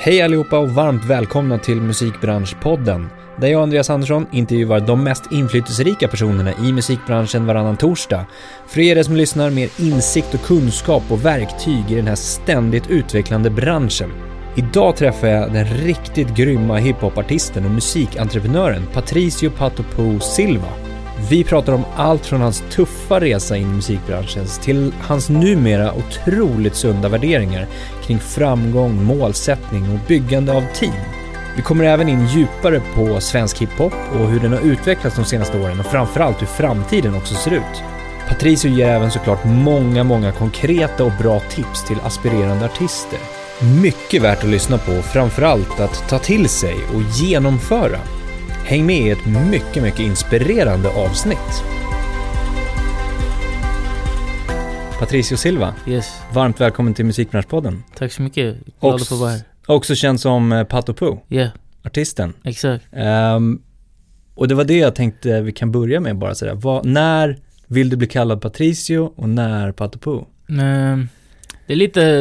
Hej allihopa och varmt välkomna till Musikbranschpodden, där jag och Andreas Andersson intervjuar de mest inflytelserika personerna i musikbranschen varannan torsdag för att ge er som lyssnar mer insikt och kunskap och verktyg i den här ständigt utvecklande branschen. Idag träffar jag den riktigt grymma hiphopartisten och musikentreprenören Patricio Pato Silva. Vi pratar om allt från hans tuffa resa in i musikbranschen till hans numera otroligt sunda värderingar kring framgång, målsättning och byggande av team. Vi kommer även in djupare på svensk hiphop och hur den har utvecklats de senaste åren och framförallt hur framtiden också ser ut. Patricio ger även såklart många konkreta och bra tips till aspirerande artister. Mycket värt att lyssna på och framförallt att ta till sig och genomföra. Häng med i ett mycket inspirerande avsnitt. Patricio Silva, yes. Varmt välkommen till Musikbranschpodden. Tack så mycket, glad att få vara här. Också känd som Pato Pu, artisten. Exakt. Och det var det jag tänkte vi kan börja med bara sådär. När vill du bli kallad Patricio och när Pato Pu? Det är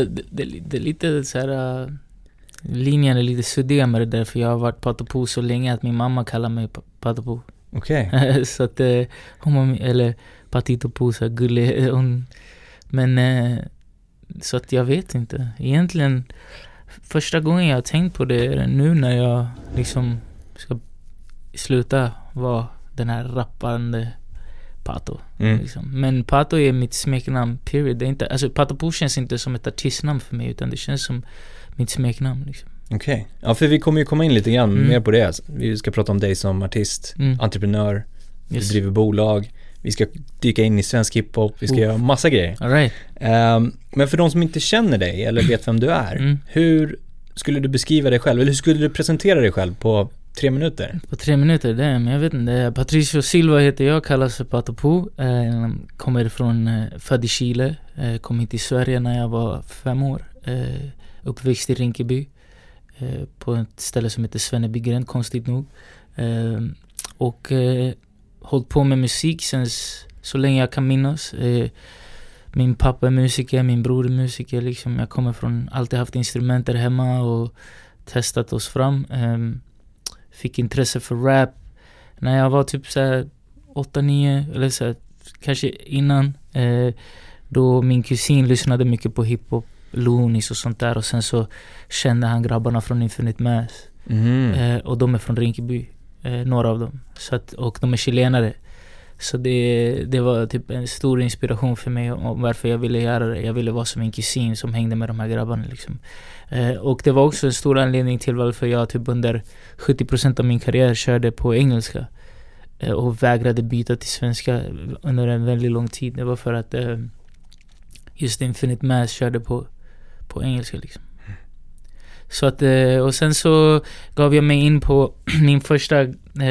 lite så här. Linjen är lite suddig med det där, för jag har varit Pato Pu så länge att min mamma kallar mig Pato Pu. Okej. Så att hon, eller Patito Pu, så gullig hon. Men så att jag vet inte. Egentligen första gången jag har tänkt på det är nu när jag liksom ska sluta vara den här rappande Pato. Liksom. Men Pato är mitt smeknamn, period. Det är inte, alltså Pato Pu känns inte som ett artistnamn för mig, utan det känns som mitt smeknamn liksom. Okej. Ja, för vi kommer ju komma in lite grann mer på det. Vi ska prata om dig som artist, entreprenör, du driver bolag. Vi ska dyka in i svensk hiphop. Vi ska göra massa grejer. All right. Men för de som inte känner dig eller vet vem du är, hur skulle du beskriva dig själv? Eller hur skulle du presentera dig själv på 3 minuter? På 3 minuter, det är, men jag vet inte. Patricio Silva heter jag, kallas för Pato Pu. Kommer från, född i Chile. Kom hit till Sverige när jag var 5 år. Uppväxt i Rinkeby. På ett ställe som heter Svennebygren, konstigt nog. Och hållit på med musik sen så länge jag kan minnas. Min pappa är musiker, min bror är musiker. Liksom. Jag kommer från, alltid haft instrumenter hemma och testat oss fram. Fick intresse för rap när jag var typ 8-9 eller så här, kanske innan. Då min kusin lyssnade mycket på hiphop, Loonies och sånt där. Och sen så kände han grabbarna från Infinite Mass. Och de är från Rinkeby, några av dem. Så att, och de är chilenare. Så det var typ en stor inspiration för mig om varför jag ville göra det. Jag ville vara som en kusin som hängde med de här grabbarna liksom. Och det var också en stor anledning till varför jag typ under 70% av min karriär körde på engelska. Och vägrade byta till svenska under en väldigt lång tid. Det var för att just Infinite Mass körde på engelska liksom. Så att, och sen så gav jag mig in på min första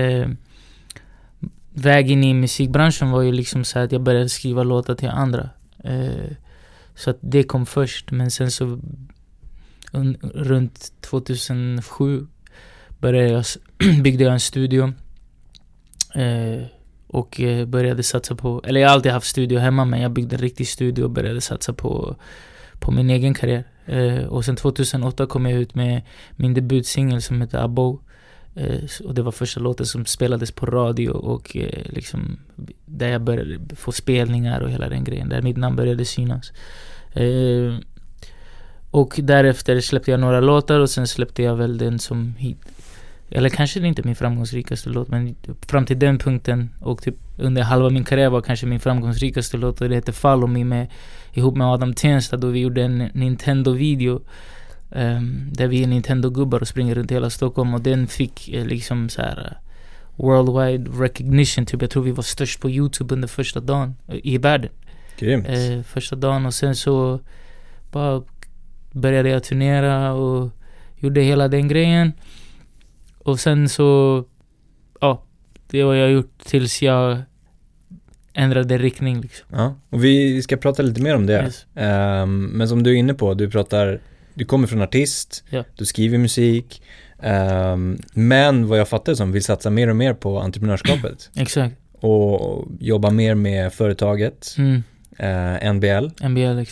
väg in i musikbranschen var ju liksom så att jag började skriva låtar till andra. Så att det kom först, men sen så runt 2007 byggde jag en studio och började satsa på, eller jag har alltid haft studio hemma, men jag byggde en riktig studio och började satsa på min egen karriär. Och sen 2008 kom jag ut med min debutsingel som heter Abo. Och det var första låten som spelades på radio och liksom där jag började få spelningar och hela den grejen, där mitt namn började synas. Och därefter släppte jag några låtar och sen släppte jag väl den som hit, eller kanske det inte min framgångsrikaste låt, men fram till den punkten och typ under halva min karriär var kanske min framgångsrikaste låt, och det heter Follow Me ihop med Adam Tensta, då vi gjorde en Nintendo-video där vi är Nintendo-gubbar och springer runt hela Stockholm, och den fick liksom så här worldwide recognition typ. Jag tror vi var störst på YouTube under första dagen i världen. Grymt. Första dagen, och sen så bara började jag turnera och gjorde hela den grejen. Och sen så det har jag gjort tills jag ändrade riktning liksom. Ja, och vi ska prata lite mer om det. Yes. Men som du är inne på, du kommer från artist, du skriver musik, men vad jag fattar som vill satsa mer och mer på entreprenörskapet. Exakt. Och jobba mer med företaget, NBL. NBL, exakt.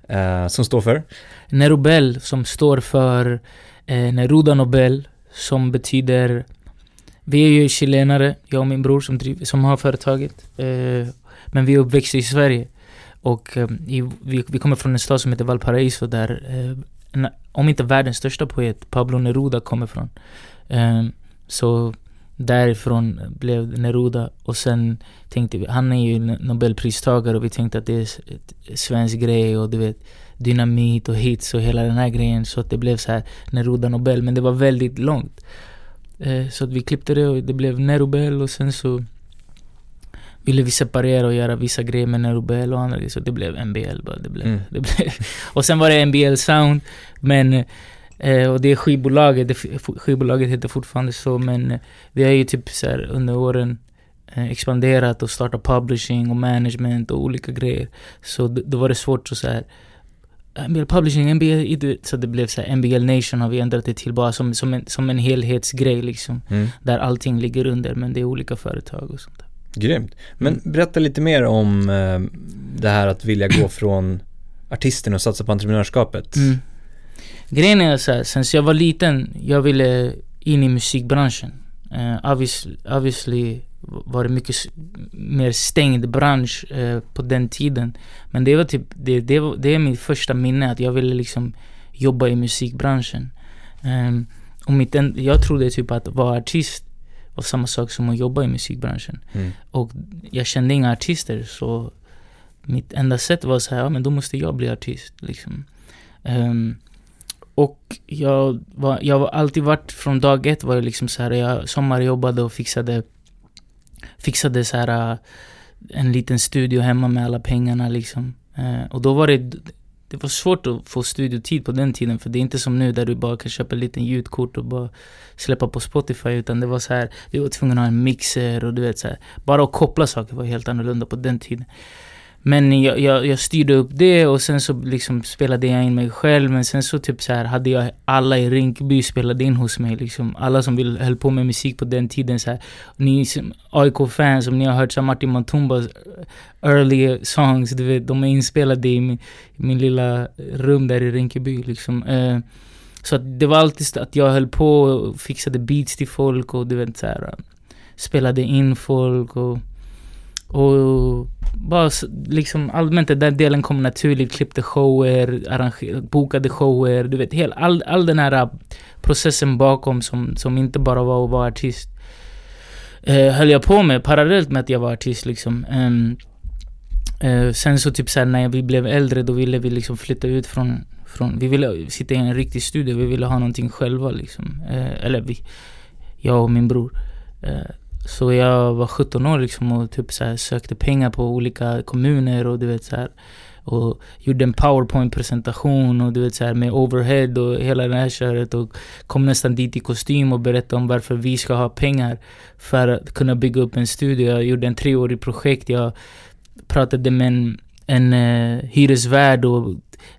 som står för? Nerobel, som står för Neruda Nobel, som betyder... Vi är ju chilenare, jag och min bror som har företaget. Men vi är uppväxta i Sverige. Och vi kommer från en stad som heter Valparaiso, där om inte världens största poet, Pablo Neruda, kommer från. Så därifrån blev Neruda. Och sen tänkte vi, han är ju Nobelpristagare, och vi tänkte att det är ett svensk grej, och du vet, dynamit och hits och hela den här grejen. Så att det blev så här Neruda Nobel, men det var väldigt långt. Så att vi klippte det och det blev Nerobel, och sen så ville vi separera och göra vissa grejer med Nerobel och andra grejer, så det blev NBL bara. Det blev. Och sen var det NBL Sound, men och det är skivbolaget heter fortfarande så, men vi har ju typ så här under åren expanderat och startat publishing och management och olika grejer, så då var det svårt att så här NBL Publishing, NBL, så det blev så här NBL Nation har vi ändrat det till bara som en helhetsgrej liksom, där allting ligger under, men det är olika företag och sånt där. Grymt. Men berätta lite mer om det här att vilja gå från artisten och satsa på entreprenörskapet. Grejen är så här, sen jag var liten, jag ville in i musikbranschen. Obviously var det mycket mer stängd bransch på den tiden. Men det var typ det är mitt första minne, att jag ville liksom jobba i musikbranschen. Och jag trodde typ att vara artist var samma sak som att jobba i musikbranschen. Och jag kände inga artister, så mitt enda sätt var så här, ja, men då måste jag bli artist liksom. Och jag var alltid varit, från dag ett var jag liksom så här, jag sommarjobbade och fixade så här en liten studio hemma med alla pengarna liksom. Och då var det var svårt att få studiotid på den tiden, för det är inte som nu där du bara kan köpa en liten ljudkort och bara släppa på Spotify, utan det var så här, vi var tvungna att ha en mixer, och du vet så här, bara att koppla saker var helt annorlunda på den tiden. Men jag styrde upp det, och sen så liksom spelade jag in mig själv, men sen så typ så här hade jag alla i Rinkeby spelade in hos mig liksom, alla som höll på med musik på den tiden så här. Ni som AIK-fans, som ni har hört så Martin Mantumbas early songs, du vet, de är inspelade i min lilla rum där i Rinkeby liksom. Så att det var alltid att jag höll på och fixade beats till folk, och du vet så här, spelade in folk och bara liksom allmänt den delen kom naturligt, klippte shower, bokade shower, du vet, all den här processen bakom som inte bara var att vara artist, höll jag på med parallellt med att jag var artist liksom. Sen så typ så här, när vi blev äldre, då ville vi liksom flytta ut från vi ville sitta i en riktig studio, vi ville ha någonting själva liksom, jag och min bror. Så jag var 17 år liksom, och typ så här sökte pengar på olika kommuner, och du vet så här, och gjorde en PowerPoint-presentation, och du vet så här med overhead och hela det här köret, och kom nästan dit i kostym och berättade om varför vi ska ha pengar för att kunna bygga upp en studio. Jag gjorde en 3-årig projekt. Jag pratade med en hyresvärd och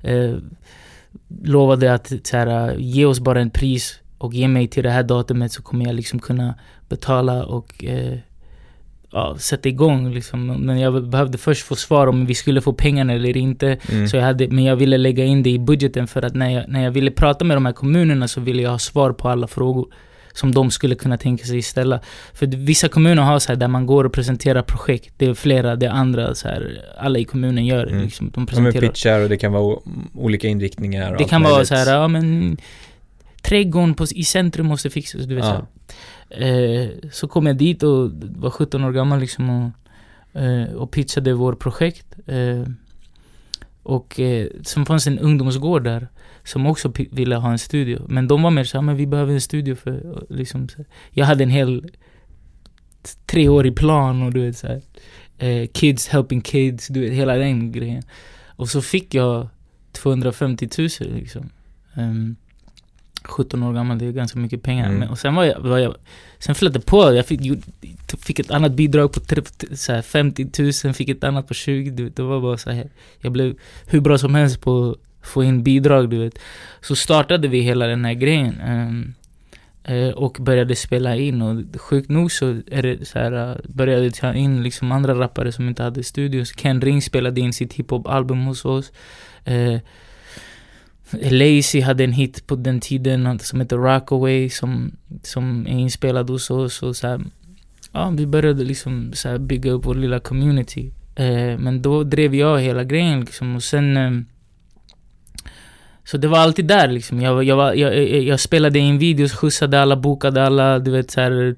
lovade att så här, ge oss bara en pris och ge mig till det här datumet, så kommer jag liksom kunna betala och sätta igång liksom. Men jag behövde först få svar om vi skulle få pengarna eller inte. Så men jag ville lägga in det i budgeten, för att när jag ville prata med de här kommunerna, så ville jag ha svar på alla frågor som de skulle kunna tänka sig ställa. För vissa kommuner har så här, där man går och presenterar projekt. Det är flera, det är andra så här, alla i kommunen gör liksom, de presenterar. De pitchar, och det kan vara olika inriktningar. Det kan vara så här, ja men trädgården i centrum måste fixas, du vet så. Så kom jag dit och var 17 år gammal liksom, och pitchade vår projekt. Och som fanns en ungdomsgård där som också ville ha en studio, men de var mer så här, men vi behöver en studio för liksom så. Jag hade en hel 3-årig plan, och du vet så här, kids helping kids, du vet, hela den grejen. Och så fick jag 250 000 liksom. 17 år gammal, det är ganska mycket pengar. Och sen sen flyttade på, jag fick ett annat bidrag på så här 50 000, fick ett annat på 20, du vet, det var bara så här, jag blev hur bra som helst på att få in bidrag, du vet. Så startade vi hela den här grejen. och började spela in, och sjukt nog så är det så här, började ta in liksom andra rappare som inte hade studios. Ken Ring spelade in sitt hiphop-album hos oss. Lazy hade en hit på den tiden som heter Rockaway som är inspelad hos oss, och så här, ja, vi började liksom så här bygga upp vår lilla community. Men då drev jag hela grejen liksom, och sen så det var alltid där liksom. Jag spelade in videos, skjutsade alla, bokade alla, du vet så här,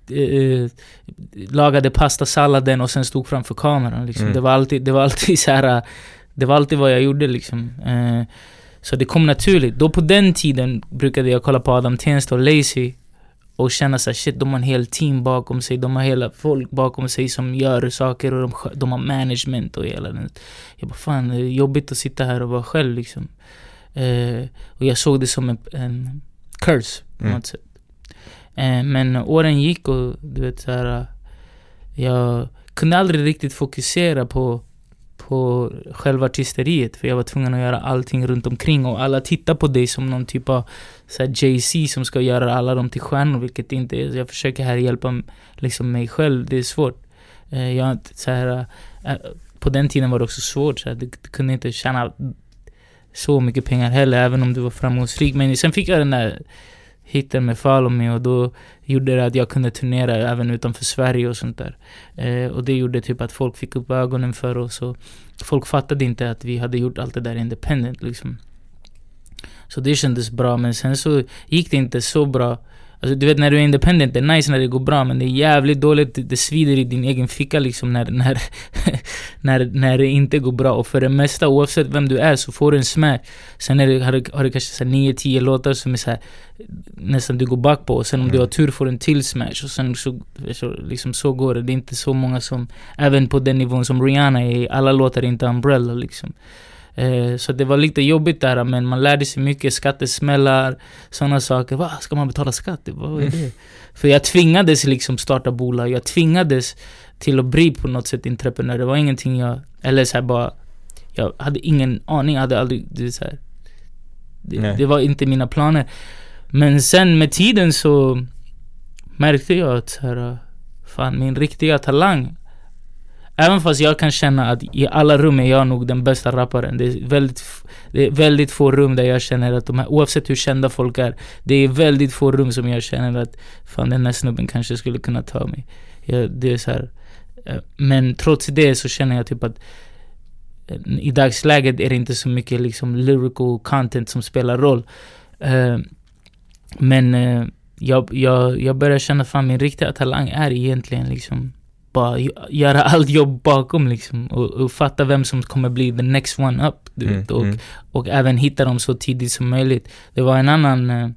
lagade pastasalladen och sen stod framför kameran liksom. Det var alltid så här, det var alltid vad jag gjorde liksom. Så det kom naturligt. Då på den tiden brukade jag kolla på Adam Tensta och Lazy och känna så här, shit, de har en hel team bakom sig, de har hela folk bakom sig som gör saker, och de har management och hela den. Jag bara, fan, det är jobbigt att sitta här och vara själv liksom. Och jag såg det som en curse på något sätt. Men åren gick, och du vet så här, jag kunde aldrig riktigt fokusera på själva artisteriet, för jag var tvungen att göra allting runt omkring, och alla tittar på dig som någon typ av så här Jay-Z som ska göra alla dem till stjärnor, vilket inte är. Så jag försöker här hjälpa liksom mig själv. Det är svårt. Jag så här, på den tiden var det också svårt, så här, du kunde inte tjäna så mycket pengar heller, även om du var framgångsrik. Men sen fick jag den där hitten med Follow Me, och då gjorde det att jag kunde turnera även utanför Sverige och sånt där. Och det gjorde typ att folk fick upp ögonen för oss, och folk fattade inte att vi hade gjort allt det där independent liksom. Så det kändes bra, men sen så gick det inte så bra. Alltså, du vet, när du är independent, det är nice när det går bra, men det är jävligt dåligt, det svider i din egen ficka liksom när det inte går bra. Och för det mesta, oavsett vem du är, så får du en smash. Sen har du kanske så 9-10 låtar som är så här, nästan du går back på, och sen om du har tur får du en till smash, och sen så liksom så går det. Det är inte så många som, även på den nivån som Rihanna är, alla låtar är inte Umbrella liksom. Så det var lite jobbigt där, men man lärde sig mycket, skattesmällar, sådana saker. Vad ska man betala skatt? Vad är det? För jag tvingades liksom starta bolag, jag tvingades till att bli på något sätt entreprenör. Det var ingenting eller så här bara, jag hade ingen aning, jag hade aldrig, det var inte mina planer. Men sen med tiden så märkte jag att så här, fan, min riktiga talang, även fast jag kan känna att i alla rum är jag nog den bästa rapparen. Det är väldigt få rum där jag känner att oavsett hur kända folk är, det är väldigt få rum som jag känner att fan, den här snubben kanske skulle kunna ta mig. Det är så här. Men trots det så känner jag typ att i dagsläget är det inte så mycket liksom lyrical content som spelar roll. Men jag börjar känna fan, min riktiga talang är egentligen liksom bara göra allt jobb bakom liksom, och fatta vem som kommer bli the next one up, du vet, och även hitta dem så tidigt som möjligt. Det var en annan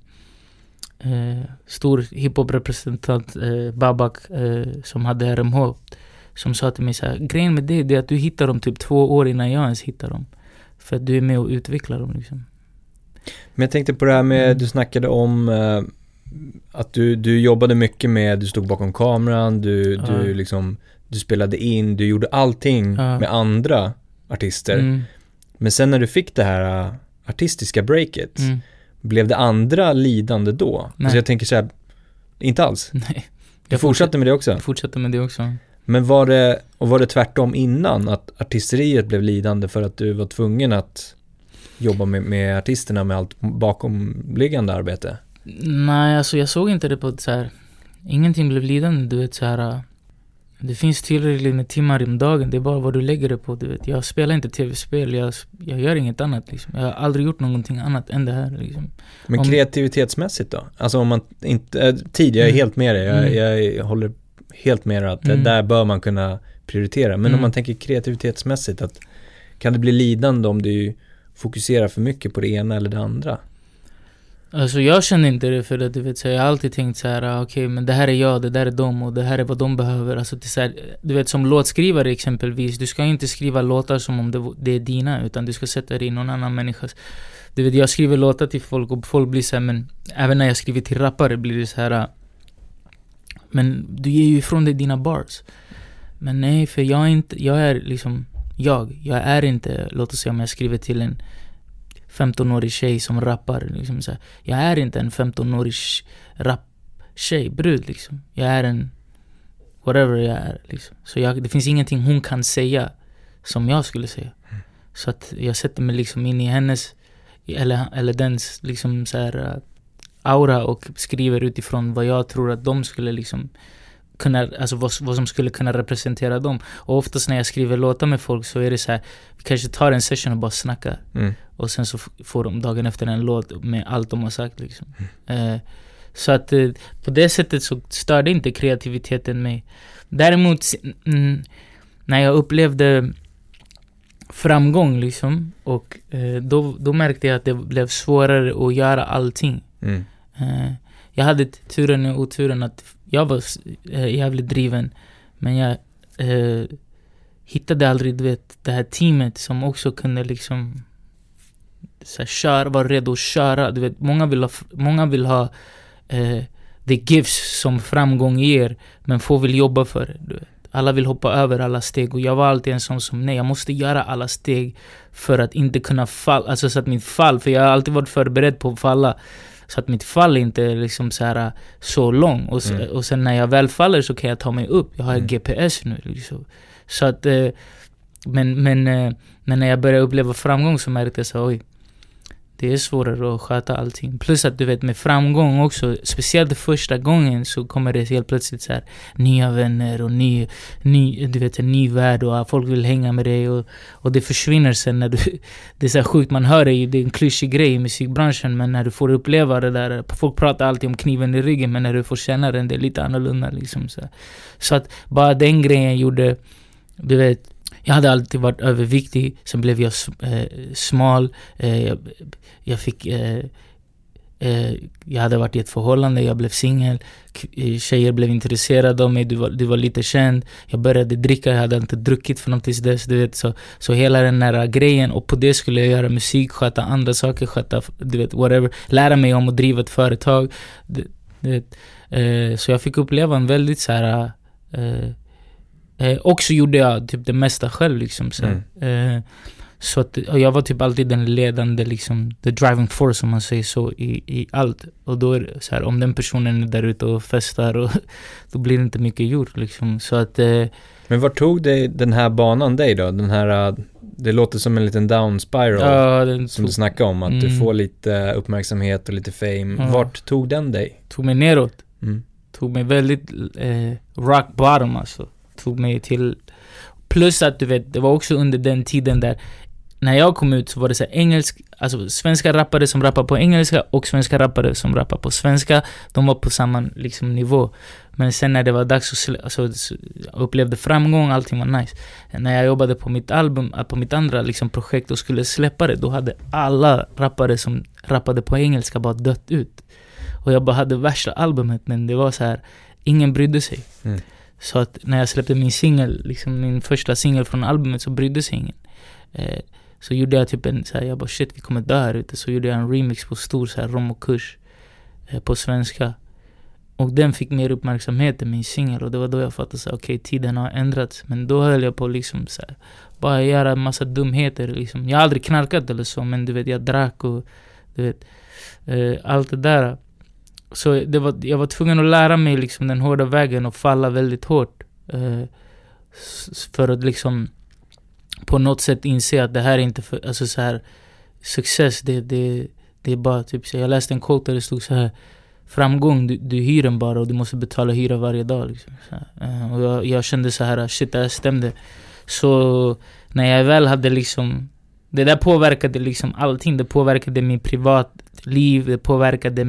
stor hiphop-representant, Babak, som hade RMH, som sa till mig så här, grejen med det är att du hittar dem typ 2 år innan jag ens hittar dem, för att du är med och utvecklar dem liksom. Men jag tänkte på det här med, du snackade om att du jobbade mycket med, du stod bakom kameran, du liksom, du spelade in, du gjorde allting med andra artister. Men sen när du fick det här artistiska breaket, blev det andra lidande då? Nej. Så jag tänker så här, inte alls. Nej. Jag fortsatte med det också. Jag fortsatte med det också. Men var det tvärtom innan, att artisteriet blev lidande för att du var tvungen att jobba med artisterna med allt bakomliggande arbete? Nej, alltså jag såg inte det på så här, ingenting blev lidande, du vet så här. Det finns tillräckligt med timmar om dagen, det är bara vad du lägger det på, du vet. Jag spelar inte tv-spel, jag gör inget annat liksom. Jag har aldrig gjort någonting annat än det här liksom. Men kreativitetsmässigt då? Alltså om man inte, jag är helt med dig, jag håller helt med dig att där bör man kunna prioritera. Men om man tänker kreativitetsmässigt, att kan det bli lidande om du fokuserar för mycket på det ena eller det andra? Alltså jag känner inte det, för att du vet så jag har alltid tänkt så här, okej, men det här är jag, det där är de, och det här är vad de behöver. Alltså det är så här, du vet, som låtskrivare exempelvis, du ska inte skriva låtar som om det är dina, utan du ska sätta det i någon annan människas. Du vet, jag skriver låtar till folk och folk blir så här, men även när jag skriver till rappare blir det så här, men du ger ju ifrån dig dina bars. Men nej, för jag är inte, låt oss säga om jag skriver till en 15-årig tjej som rappar liksom så här. Jag är inte en 15-årig rap-tjej, brud liksom. Jag är en whatever jag är liksom. Så det finns ingenting hon kan säga som jag skulle säga. Så att jag sätter mig liksom in i hennes eller dens liksom så här aura och skriver utifrån vad jag tror att de skulle liksom kunna, alltså vad som skulle kunna representera dem. Och oftast när jag skriver låtar med folk så är det så här, vi kanske tar en session och bara snackar. Och sen så får de dagen efter en låt med allt de har sagt liksom. Så att på det sättet så störde inte kreativiteten mig. Däremot när jag upplevde framgång liksom, och då märkte jag att det blev svårare att göra allting. Jag hade turen och oturen att jag var jävligt driven, men jag hittade aldrig, du vet, det här teamet som också kunde liksom så här, vara redo att köra. Du vet, många vill ha the gifts som framgång ger, men få vill jobba för det, du vet. Alla vill hoppa över alla steg, och jag var alltid en sån som nej, jag måste göra alla steg för att inte kunna falla, alltså så att mitt fall, för jag har alltid varit förberedd på att falla, så att mitt fall inte är liksom så här så lång, och sen när jag väl faller så kan jag ta mig upp, jag har GPS nu liksom. Så att men när jag började uppleva framgång så märkte jag så oj, det är svårare att sköta allting. Plus att du vet, med framgång också, speciellt första gången, så kommer det helt plötsligt så här nya vänner och du vet, en ny värld, och folk vill hänga med dig, och det försvinner sen när det är så här sjukt, man hör det är en klyschig grej i musikbranschen, men när du får uppleva det där, folk pratar alltid om kniven i ryggen, men när du får känna den, det är lite annorlunda liksom så att bara den grejen gjorde, du vet, jag hade alltid varit överviktig, sen blev jag smal, jag hade varit i ett förhållande, jag blev singel, tjejer blev intresserade av mig, du var lite känd, jag började dricka, jag hade inte druckit för något tills dess, du vet, så hela den här grejen, och på det skulle jag göra musik, sköta andra saker, du vet, whatever, lära mig om att driva ett företag, du vet, så jag fick uppleva en väldigt så här och så gjorde jag typ det mesta själv liksom så. Så att jag var typ alltid den ledande liksom, the driving force, om man säger så, i allt. Och då är det så här, om den personen är där ute och festar, och då blir det inte mycket gjort liksom. Så att men var tog den här banan dig då? Den här, det låter som en liten down spiral, som du snackade om, att du får lite uppmärksamhet och lite fame. Vart tog den dig? Tog mig neråt. Tog mig väldigt rock bottom alltså. Tog mig till, plus att du vet, det var också under den tiden där när jag kom ut så var det så här alltså svenska rappare som rappar på engelska och svenska rappare som rappar på svenska, de var på samma liksom nivå. Men sen när det var dags att upplevde framgång, allting var nice. När jag jobbade på mitt album, på mitt andra liksom projekt och skulle släppa det, då hade alla rappare som rappade på engelska bara dött ut. Och jag bara hade värsta albumet, men det var så här, ingen brydde sig. Så att när jag släppte min singel, liksom min första singel från albumet, så brydde sig ingen. Så gjorde jag typ en så här, jag bara shit, vi kommer dö här ute. Så gjorde jag en remix på stor så här rom och kurs på svenska. Och den fick mer uppmärksamhet än min singel. Och det var då jag fattade så okej, tiden har ändrats. Men då höll jag på liksom så här, bara göra en massa dumheter liksom. Jag har aldrig knarkat eller så, men du vet, jag drack och du vet, allt det där. Så jag var tvungen att lära mig liksom den hårda vägen och falla väldigt hårt. För att liksom på något sätt inse att det här är inte för, alltså så här, success, det är bara typ så. Jag läste en quote där det stod så här: framgång, du hyr den bara och du måste betala hyra varje dag liksom, så här. Och jag kände så här, shit, det här stämde. Så när jag väl hade liksom, det där påverkade liksom allting. Det påverkade min privatliv, det påverkade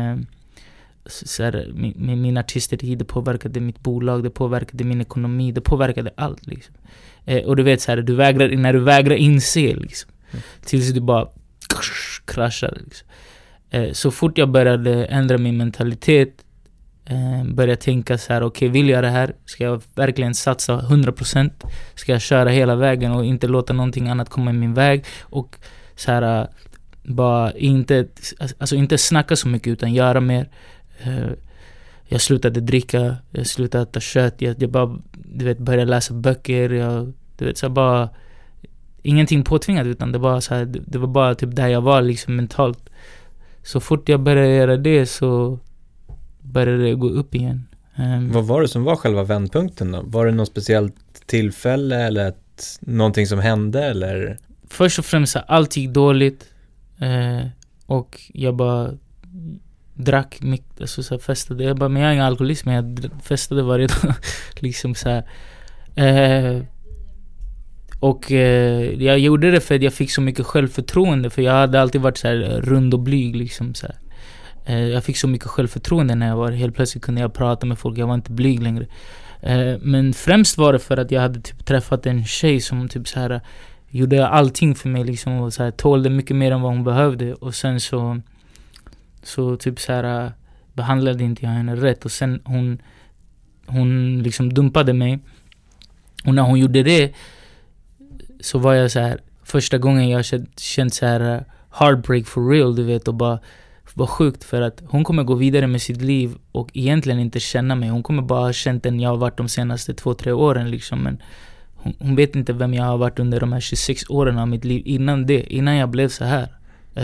min artisteri, det påverkade mitt bolag, det påverkade min ekonomi, det påverkade allt liksom. Och du vet så här, när du vägrar inse liksom, tills du bara kraschar liksom. Så fort jag började ändra min mentalitet, började tänka så här, okej, vill jag det här? Ska jag verkligen satsa 100%? Ska jag köra hela vägen och inte låta någonting annat komma i min väg? Och så här, bara inte snacka så mycket utan göra mer. Jag slutade dricka, jag slutade äta kött, jag bara, du vet, började läsa böcker, du vet, så bara ingenting påtvingat, utan det var så här, det var bara typ där jag var liksom mentalt. Så fort jag började göra det så började det gå upp igen. Vad var det som var själva vändpunkten då? Var det något speciellt tillfälle eller någonting som hände eller? Först och främst allt gick dåligt och jag bara drack mycket, alltså så här, festade. Jag bara, men jag är ingen alkoholist, men jag festade varje dag liksom så här. Och jag gjorde det för att jag fick så mycket självförtroende, för jag hade alltid varit så här rund och blyg liksom så här. Jag fick så mycket självförtroende när jag var, helt plötsligt kunde jag prata med folk, jag var inte blyg längre. Men främst var det för att jag hade typ träffat en tjej som typ så här gjorde allting för mig liksom, och så här, tålde mycket mer än vad hon behövde. Och sen så typ så här behandlade inte jag henne rätt, och sen hon liksom dumpade mig. Och när hon gjorde det så var jag så här, första gången jag känt så här heartbreak for real, du vet, och bara var sjukt, för att hon kommer gå vidare med sitt liv och egentligen inte känna mig. Hon kommer bara ha känt den jag har varit de senaste 2-3 åren liksom, men hon vet inte vem jag har varit under de här 26 åren av mitt liv innan jag blev så här.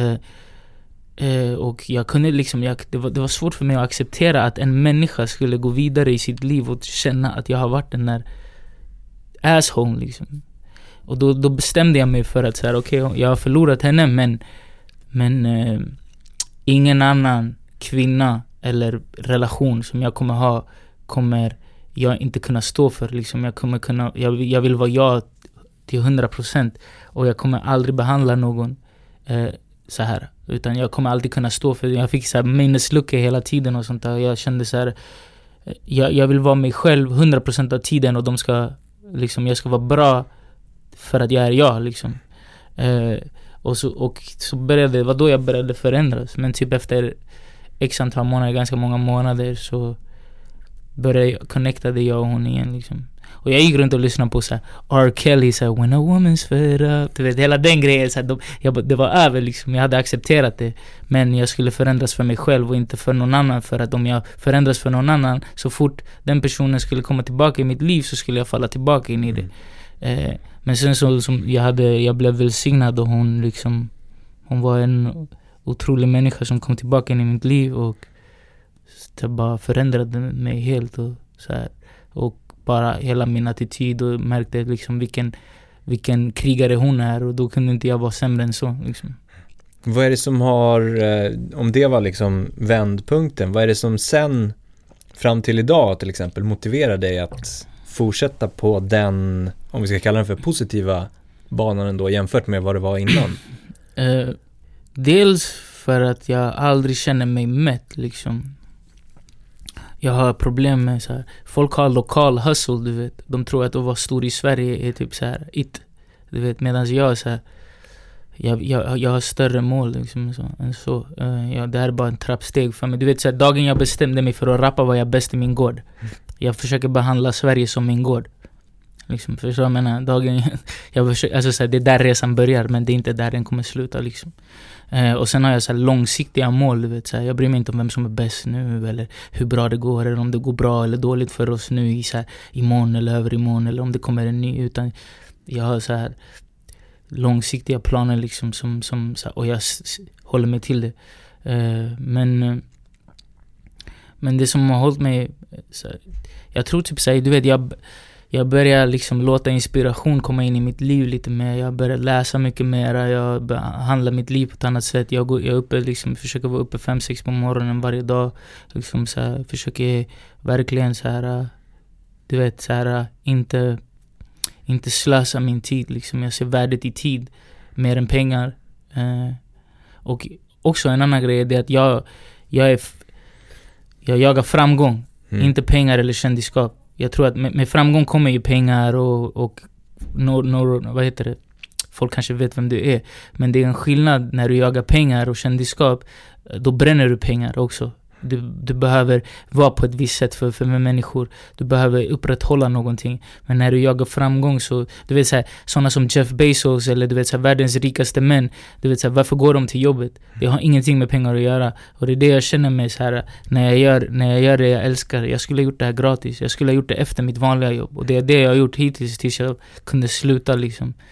Och jag kunde liksom, det var svårt för mig att acceptera att en människa skulle gå vidare i sitt liv och känna att jag har varit den där asshole liksom. Och då bestämde jag mig för att så här, okej, jag har förlorat henne, men ingen annan kvinna eller relation som jag kommer ha kommer jag inte kunna stå för liksom. Jag vill vara jag till 100%, och jag kommer aldrig behandla någon så här, utan jag kommer alltid kunna stå för. Jag fick så här minneslucka hela tiden och sånt där. Jag kände så här, jag vill vara mig själv 100% av tiden, och jag ska vara bra för att jag är jag liksom. Och så började det var då jag började förändras. Men typ efter x antal månader, ganska många månader, så connectade jag och hon igen liksom. Och jag gick runt och lyssnade på så här R. Kelly, så här, When a woman's fed up, du vet, hela den grejen så här, det var över liksom. Jag hade accepterat det, men jag skulle förändras för mig själv och inte för någon annan, för att om jag förändras för någon annan, så fort den personen skulle komma tillbaka i mitt liv så skulle jag falla tillbaka in i det. Men sen så som jag blev välsignad, och hon var en otrolig människa som kom tillbaka in i mitt liv, och det bara förändrade mig helt och så här, och bara hela min attityd, och märkte liksom vilken krigare hon är, och då kunde inte jag vara sämre än så liksom. Vad är det som har, om det var liksom vändpunkten, vad är det som sen fram till idag till exempel motiverar dig att fortsätta på den, om vi ska kalla den för positiva banan ändå, jämfört med vad det var innan? Dels för att jag aldrig känner mig mätt liksom. Jag har problem med så här, folk har lokal hustle, du vet. De tror att vara stor i Sverige är typ så här du vet, medan jag så här, jag har större mål liksom, än så. Det här är bara en trappsteg för mig. Du vet så här, dagen jag bestämde mig för att rappa var jag bäst i min gård. Jag försöker behandla Sverige som min gård. Liksom, förstår jag menar, dagen alltså så här, det är där resan börjar, men det är inte där den kommer sluta liksom. Och sen har jag så här långsiktiga mål, du vet, så här, jag bryr mig inte om vem som är bäst nu, eller hur bra det går, eller om det går bra eller dåligt för oss nu i så här, imorgon eller överimorgon, eller om det kommer en ny, utan jag har så här långsiktiga planer liksom, som så här, och jag håller mig till det. Men det som har hållit mig så här, jag tror typ så här, du vet, jag börjar liksom låta inspiration komma in i mitt liv lite mer. Jag börjar läsa mycket mer. Jag behandlar mitt liv på ett annat sätt. Jag är uppe liksom, försöker vara uppe 5-6 på morgonen varje dag. Liksom så här, försöker verkligen så här, du vet, så här, inte slösa min tid liksom. Jag ser värdet i tid mer än pengar. Och också en annan grej är det att jag jagar framgång, inte pengar eller kändisskap. Jag tror att med framgång kommer ju pengar och vad heter det? Folk kanske vet vem du är. Men det är en skillnad när du jagar pengar och kändisskap. Då bränner du pengar också. Du behöver vara på ett visst sätt för människor. Du behöver upprätthålla någonting. Men när du jagar framgång, så du vet så här, sådana som Jeff Bezos, eller du vet så här, världens rikaste män, du vet så här, varför går de till jobbet? Det har ingenting med pengar att göra. Och det är det jag känner mig så här, när jag gör det jag älskar. Jag skulle ha gjort det här gratis. Jag skulle ha gjort det efter mitt vanliga jobb. Och det är det jag har gjort hittills tills jag kunde sluta liksom.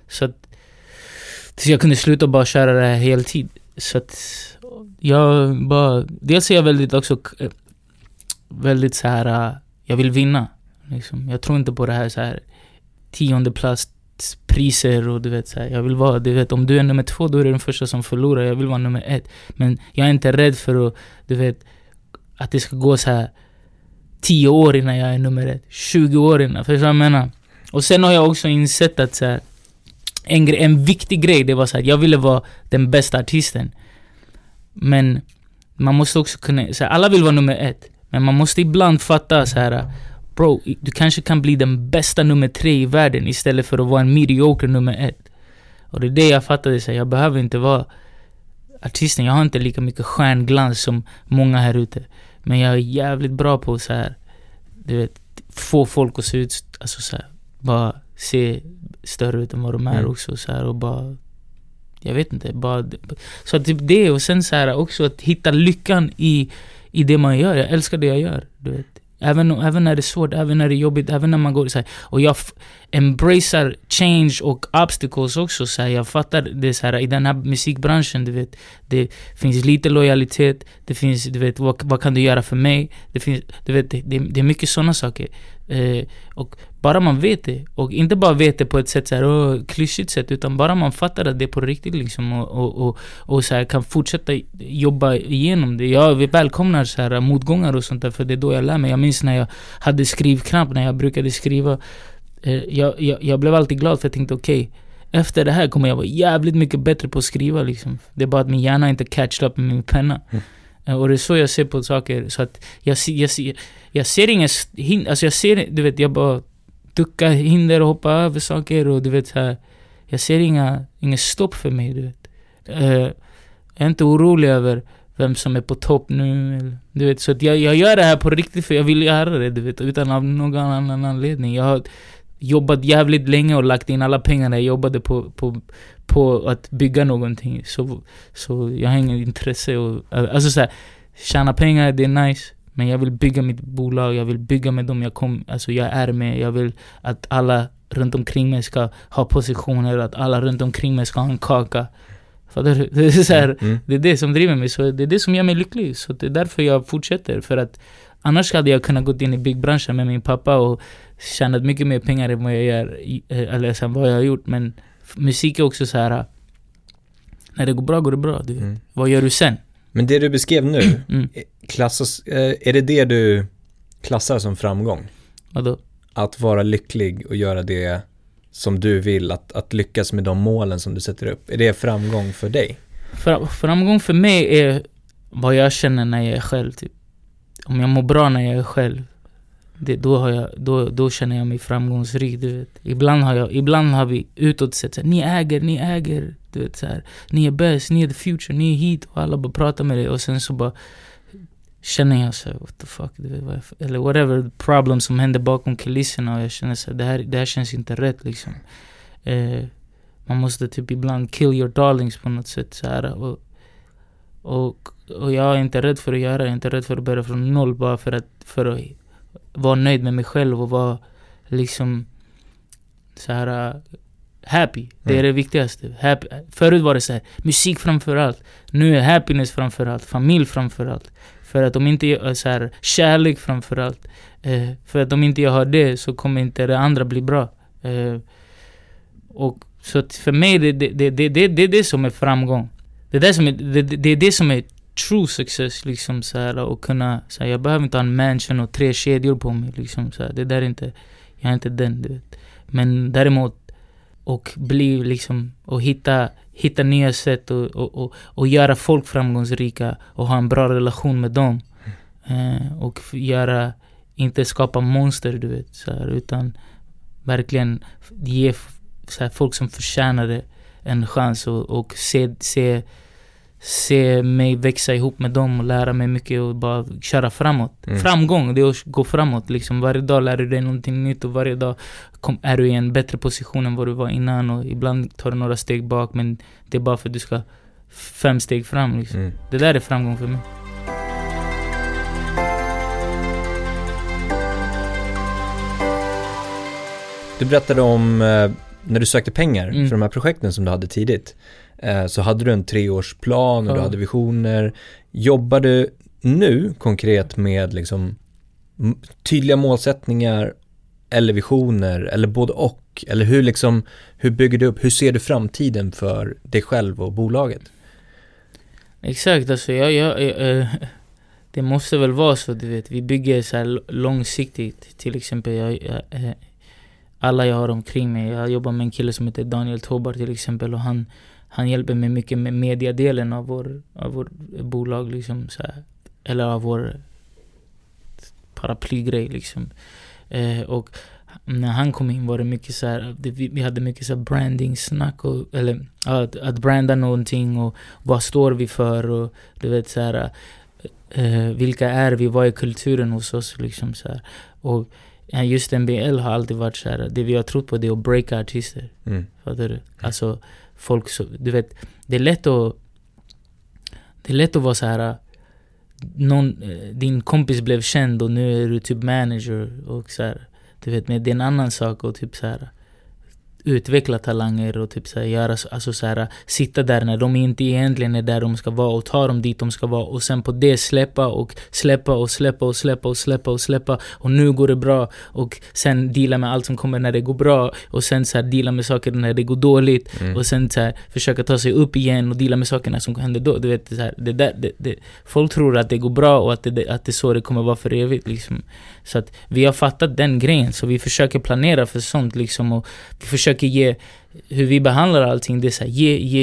Så att tills jag kunde sluta bara köra det här heltid. Så att jag bara, dels är jag väldigt också väldigt så här, jag vill vinna liksom. Jag tror inte på det här så här 10:e plats priser och du vet så här, jag vill vara, du vet, om du är nummer 2 då är du den första som förlorar. Jag vill vara nummer 1, men jag är inte rädd för att, du vet, att det ska gå så här 10 år innan jag är nummer 1, 20 år innan, för jag menar. Och sen har jag också insett att så här, en viktig grej, det var så här, jag ville vara den bästa artisten. Men man måste också kunna, så här, alla vill vara nummer 1, men man måste ibland fatta så här, bro, du kanske kan bli den bästa nummer 3 i världen istället för att vara en mediocre nummer 1. Och det är det jag fattade, så här, jag behöver inte vara artisten, jag har inte lika mycket stjärnglans som många här ute, men jag är jävligt bra på så här, du vet, få folk att se ut, alltså så här, bara se större ut än vad de är också så här, och bara, jag vet inte, bara så typ det, och sen så här också att hitta lyckan i det man gör. Jag älskar det jag gör, du vet. Även när det är svårt, även när det är jobbigt, även när man går så här, och jag embracear change och obstacles också så här, jag fattar det så här, i den här musikbranschen, du vet, det finns lite lojalitet, det finns, du vet, vad kan du göra för mig, det finns, du vet, det är mycket sådana saker, och bara man vet det, och inte bara vet det på ett sätt så här, klyschigt sätt, utan bara man fattar att det är på riktigt liksom, och så här, kan fortsätta jobba igenom det. Jag välkomnar så här motgångar och sånt där, för det är då jag lär mig. Jag minns när jag hade skrivkramp, när jag brukade skriva, jag blev alltid glad, för jag tänkte okej, efter det här kommer jag vara jävligt mycket bättre på att skriva liksom. Det är bara att min hjärna inte catched up med min penna. Och det är så jag ser på saker, så att jag ser inga alltså jag ser, du vet, jag bara duckar hinder och hoppar över saker, och du vet här, jag ser inga stopp för mig, du vet. Jag är inte orolig över vem som är på topp nu, eller, du vet, så att jag gör det här på riktigt, för jag vill göra det, du vet, utan av någon annan anledning. Jag har jobbat jävligt länge och lagt in alla pengar när jag jobbade på att bygga någonting, så jag har ingen intresse och, alltså så här, tjäna pengar, det är nice, men jag vill bygga mitt bolag, jag vill bygga med dem jag är med, jag vill att alla runt omkring mig ska ha positioner, att alla runt omkring mig ska ha en kaka. För det är så här, det är det som driver mig, så det är det som gör mig lycklig, så det är därför jag fortsätter, för att annars hade jag kunnat gå in i byggbranschen med min pappa och tjänat mycket mer pengar än vad jag gör, eller sen vad jag har gjort. Men musik är också så här, när det går det bra. Vad gör du sen? Men det du beskrev nu, är det du klassar som framgång? Vadå? Att vara lycklig och göra det som du vill, att lyckas med de målen som du sätter upp. Är det framgång för dig? Framgång för mig är vad jag känner när jag är själv, typ. Om jag mår bra när jag är själv, då känner jag mig framgångsrik, du vet. Ibland har vi utåt sett så här, ni äger, du vet så här, ni är bäst, ni är the future, ni är hit, och alla bara pratar med dig, och sen så bara känner jag så här, what the fuck, du vet, eller whatever problem som händer bakom kulisserna, och jag känner så här, det här känns inte rätt liksom. Man måste typ ibland kill your darlings på något sätt så här, och jag är inte rädd för att göra, jag är inte rädd för att börja från noll, bara för att vara nöjd med mig själv och vara liksom så här happy. Det är det viktigaste. Happy. Förut var det så här, musik framför allt. Nu är happiness framför allt, familj framför allt. För att om inte jag så här, kärlek framför allt. För att om inte jag har det, så kommer inte det andra bli bra. Och så för mig det är det som är framgång. Det är det som är true success liksom så här, och kunna så här, jag behöver inte ha en mansion och 3 kedjor på mig liksom så här, det där är inte, jag är inte den, du vet. Men däremot och bli liksom, och hitta nya sätt och göra folk framgångsrika och ha en bra relation med dem, och inte skapa monster, du vet så här, utan verkligen ge så här, folk som förtjänar det en chans, och se mig växa ihop med dem och lära mig mycket och bara köra framåt. Framgång, det är att gå framåt liksom. Varje dag lär du dig någonting nytt, och varje dag är du i en bättre position än vad du var innan, och ibland tar du några steg bak, men det är bara för att du ska 5 steg fram liksom. Det där är framgång för mig. Du berättade om när du sökte pengar för de här projekten som du hade tidigt, så hade du en 3-årsplan och du hade visioner. Jobbar du nu konkret med liksom tydliga målsättningar eller visioner eller både och? Eller hur bygger du upp, hur ser du framtiden för dig själv och bolaget? Exakt, alltså det måste väl vara så, du vet, vi bygger så här långsiktigt. Till exempel alla jag har omkring mig, jag jobbar med en kille som heter Daniel Tobar till exempel, och han hjälper mig mycket med mediadelen av vår bolag liksom, så här, eller av vår paraplygrej liksom. Och när han kom in var det mycket så här, vi hade mycket så här branding snack eller att branda någonting och vad står vi för, och du vet så här, vilka är vi, vad är kulturen hos oss liksom så här. Och just NBL har alltid varit så här, det vi har trott på, det är att breaka artister. Fattar du? Alltså folk så, du vet, det är lätt att vara så här, din kompis blev känd och nu är du typ manager och så här, du vet, men det är en annan sak och typ så här utveckla talanger och typ så här göra, alltså så här, sitta där när de inte egentligen är där de ska vara och ta dem dit de ska vara, och sen på det släppa och nu går det bra, och sen deala med allt som kommer när det går bra, och sen så här deala med saker när det går dåligt, och sen så här försöka ta sig upp igen och deala med sakerna som händer då, du vet så här, det folk tror att det går bra och att det så det kommer vara för evigt liksom. Så att vi har fattat den grejen, så vi försöker planera för sånt liksom, och vi försöker ge hur vi behandlar allting, det är så här,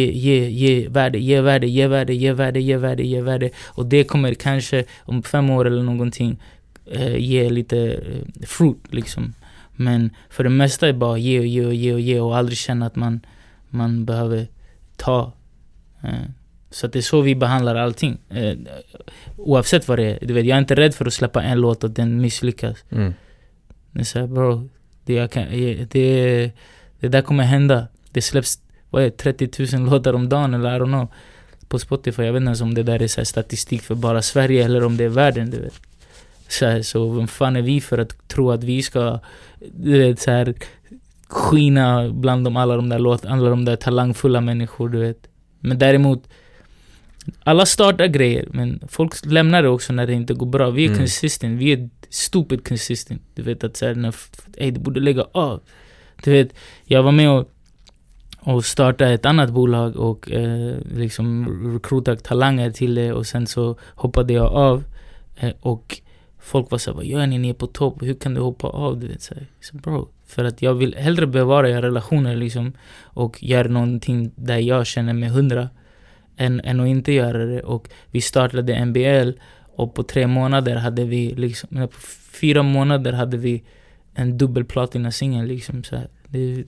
ge värde, och det kommer kanske om 5 år eller någonting ge lite fruit liksom, men för det mesta är bara ge och aldrig känna att man behöver ta. Så att det är så vi behandlar allting, oavsett vad det är. Du vet, jag är inte rädd för att släppa en låt och den misslyckas. Det är så här, bro, det där kommer hända. Det släpps 30 000 låtar om dagen eller I don't know på Spotify. Jag vet inte om det där är så här statistik för bara Sverige eller om det är världen, du vet. Så vem fan är vi för att tro att vi ska, du vet, så här skina bland alla de där talangfulla människor, du vet. Men däremot alla startar grejer, men folk lämnar det också när det inte går bra. Vi är consistent, vi är stupid consistent. Du vet att så här, du borde lägga av. Du vet, jag var med och starta ett annat bolag och liksom rekryta talanger till det, och sen så hoppade jag av och folk var så här, vad gör ni är på topp, hur kan du hoppa av, du vet så här. Så bro, för att jag vill hellre bevara relationer liksom och göra någonting där jag känner mig 100 än att inte göra det. Och vi startade NBL och på 3 månader hade vi liksom, på 4 månader hade vi en dubbel platina-singel liksom så här. Det är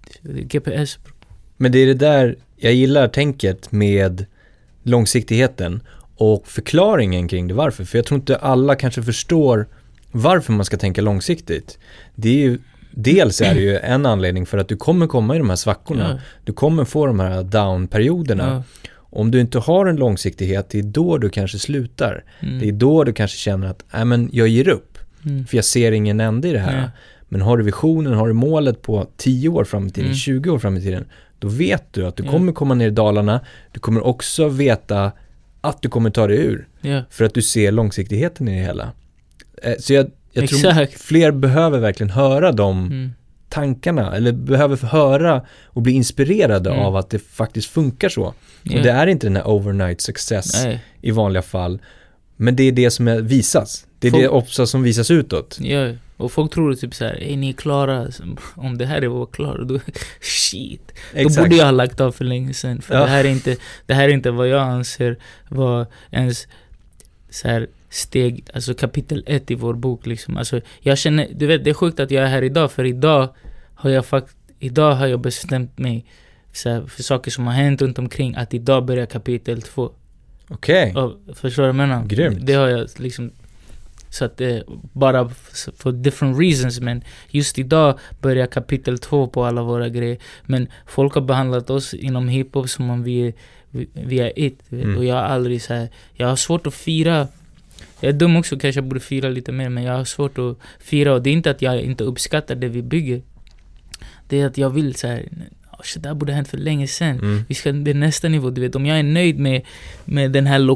GPS. Men det är det där jag gillar tänket med långsiktigheten och förklaringen kring det, varför. För jag tror inte alla kanske förstår varför man ska tänka långsiktigt. Det är ju, dels är det ju en anledning för att du kommer komma i de här svackorna. Ja. Du kommer få de här down-perioderna. Ja. Om du inte har en långsiktighet, det är då du kanske slutar. Det är då du kanske känner att jag ger upp. För jag ser ingen ände i det här. Ja. Men har du visionen, har du målet på 10 år fram i tiden, 20 år fram i tiden, då vet du att du kommer komma ner i dalarna. Du kommer också veta att du kommer ta dig ur. Ja. För att du ser långsiktigheten i det hela. Så jag tror fler behöver verkligen höra de tankarna, eller behöver höra och bli inspirerade av att det faktiskt funkar så. Och det är inte den här overnight success i vanliga fall. Men det är det som visas. Det är det också som visas utåt. Ja, och folk tror typ så här, är ni klara? Om det här är vad klar, då shit. Exakt. Då borde jag ha lagt av för länge sedan. För det här är inte vad jag anser var ens så här steg, alltså kapitel 1 i vår bok liksom. Alltså jag känner, du vet, det är sjukt att jag är här idag, för idag har jag bestämt mig så här, för saker som har hänt runt omkring, att idag börjar kapitel 2. Okej. Förstår du vad jag menar? Grymt. Det har jag liksom, så att det bara for different reasons, men just idag börjar kapitel 2 på alla våra grejer. Men folk har behandlat oss inom hiphop som om vi är it. Och jag har aldrig så här, jag har svårt att fira. Jag är dum också, kanske jag borde fira lite mer, men jag har svårt att fira. Och det är inte att jag inte uppskattar det vi bygger. det är att jag vill så här, shit, det här borde ha hänt för länge sedan. Vi ska det är nästa nivå, du vet. Om jag är nöjd med den här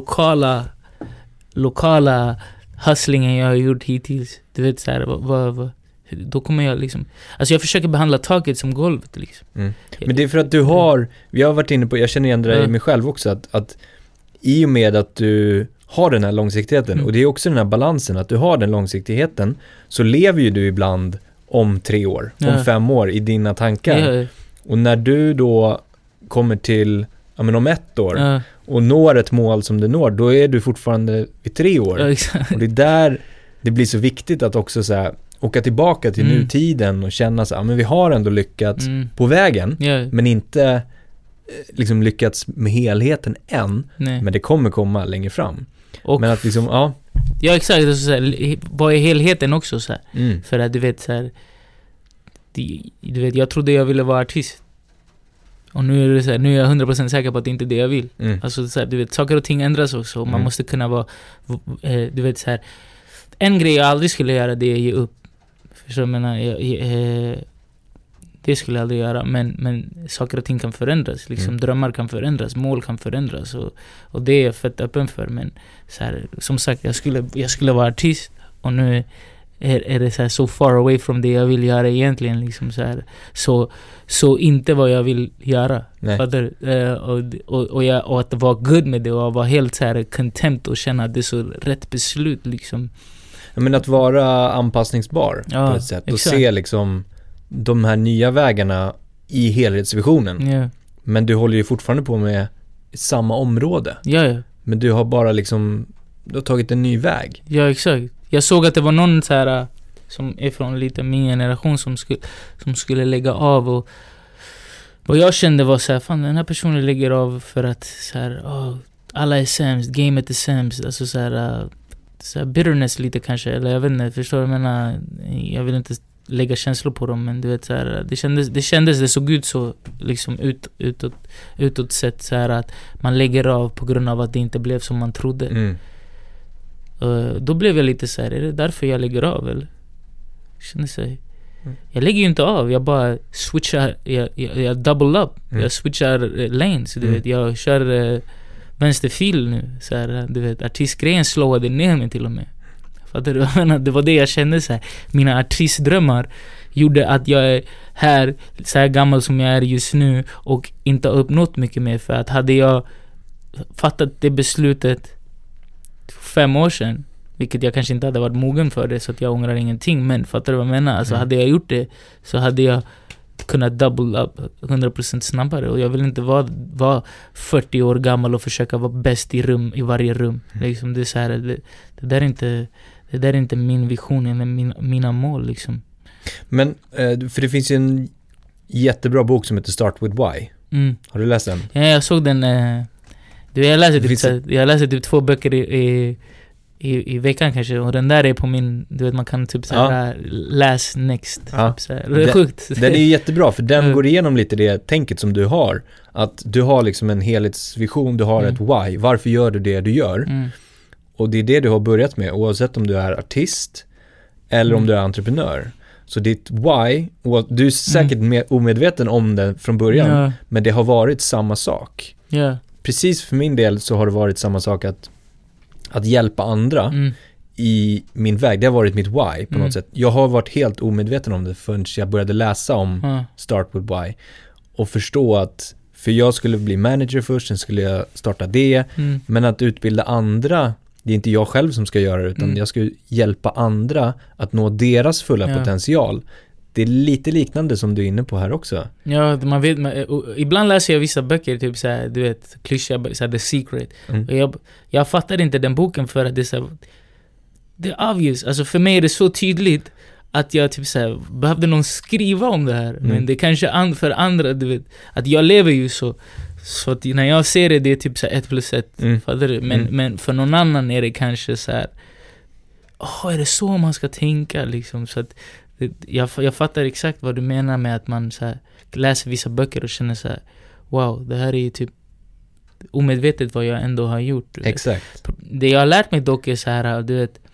lokala hustlingen jag har gjort hittills, du vet så här, då kommer jag liksom, alltså jag försöker behandla taket som golvet liksom. Men det är för att du har, vi har varit inne på, jag känner igen det i mig själv också, att i och med att du har den här långsiktigheten, och det är också den här balansen, att du har den långsiktigheten, så lever ju du ibland om 3 år, om 5 år i dina tankar. Och när du då kommer till om 1 år och når ett mål som du når, då är du fortfarande i 3 år. Och det är där det blir så viktigt att också så här, åka tillbaka till nutiden och känna så här, men vi har ändå lyckats på vägen, men inte liksom lyckats med helheten än. Nej. Men det kommer komma längre fram. Och men att liksom, ja, exakt. Så här, vad är helheten också så här? För att du vet så här, du vet, jag trodde jag ville vara artist. Och nu är det så här, nu är jag 100% säker på att det inte är det jag vill. Alltså så här, du vet, saker och ting ändras också. Man måste kunna vara, du vet så här, en grej jag aldrig skulle göra, det är att ge upp. För så jag menar, det skulle jag aldrig göra, men saker och ting kan förändras liksom, drömmar kan förändras, mål kan förändras, och det är jag fett öppen för. Men så här, som sagt, jag skulle vara artist, och nu är det så här, so far away from det jag vill göra egentligen liksom, så här, så inte vad jag vill göra. Och att vara good med det, och vara helt så här content och känna att det är så rätt beslut liksom. Men att vara anpassningsbar på ett sätt, och se liksom de här nya vägarna i helhetsvisionen. Men du håller ju fortfarande på med samma område. Men du har bara liksom, du har tagit en ny väg. Ja, exakt. Jag såg att det var någon så här som är från lite min generation som skulle lägga av, och vad jag kände var så här, fan, den här personen lägger av för att så här, alla är sämst, gamet är sämst, alltså så här bitterness lite kanske, eller jag vet inte, förstår du? Jag vill inte lägga känslor på dem, men du vet så här, det såg ut så liksom utåt sett så här, att man lägger av på grund av att det inte blev som man trodde. Då blev jag lite så här, är det därför jag lägger av eller? Känner sig. Jag lägger ju inte av, jag bara switchar, jag double up, jag switchar lanes, du vet, jag kör vänsterfil nu så här, du vet, artistgrejen slåade ner mig till och med. Fattar du? Det var det jag kände så här. Mina artistdrömmar gjorde att jag är här så här gammal som jag är just nu, och inte har uppnått mycket mer. För att hade jag fattat det beslutet 5 år sedan, vilket jag kanske inte hade varit mogen för det, så att jag ångrar ingenting, men fattar du vad jag menar? Alltså hade jag gjort det, så hade jag kunnat double up 100% snabbare. Och jag vill inte vara 40 år gammal och försöka vara bäst i varje rum. Liksom, det är så här, det där är inte min vision eller mina mål liksom. Men för det finns ju en jättebra bok som heter Start with Why. Har du läst den? Ja, jag såg den. Jag läser typ 2 böcker i veckan kanske, och den där är på min, du vet, man kan typ såhär läs next typ såhär. Det är sjukt. Den är jättebra, för den går igenom lite det tänket som du har, att du har liksom en helhetsvision, du har ett why, varför gör du det du gör, och det är det du har börjat med, oavsett om du är artist eller om du är entreprenör. Så ditt why, och du är säkert mer omedveten om det från början, men det har varit samma sak. Precis för min del så har det varit samma sak, att hjälpa andra i min väg. Det har varit mitt why på något sätt. Jag har varit helt omedveten om det förrän jag började läsa om Start with Why, och förstå att, för jag skulle bli manager först, sen skulle jag starta det, men att utbilda andra, det är inte jag själv som ska göra det, utan jag ska hjälpa andra att nå deras fulla potential. Det är lite liknande som du är inne på här också. Ja, man vet, ibland läser jag vissa böcker, typ så här, du vet, klyschiga, så här, The Secret. Och jag fattar inte den boken, för att det är så här, det är obvious. Alltså för mig är det så tydligt att jag typ så här, behövde någon skriva om det här. Men det kanske för andra, du vet, att jag lever ju så att när jag ser det är typ så här 1+1. Fattar du? Men för någon annan är det kanske så här, är det så man ska tänka liksom, så att jag fattar exakt vad du menar med att man så här, läser vissa böcker och känner så här, wow, det här är ju typ omedvetet vad jag ändå har gjort. Exakt. Det jag har lärt mig dock är så här, du vet,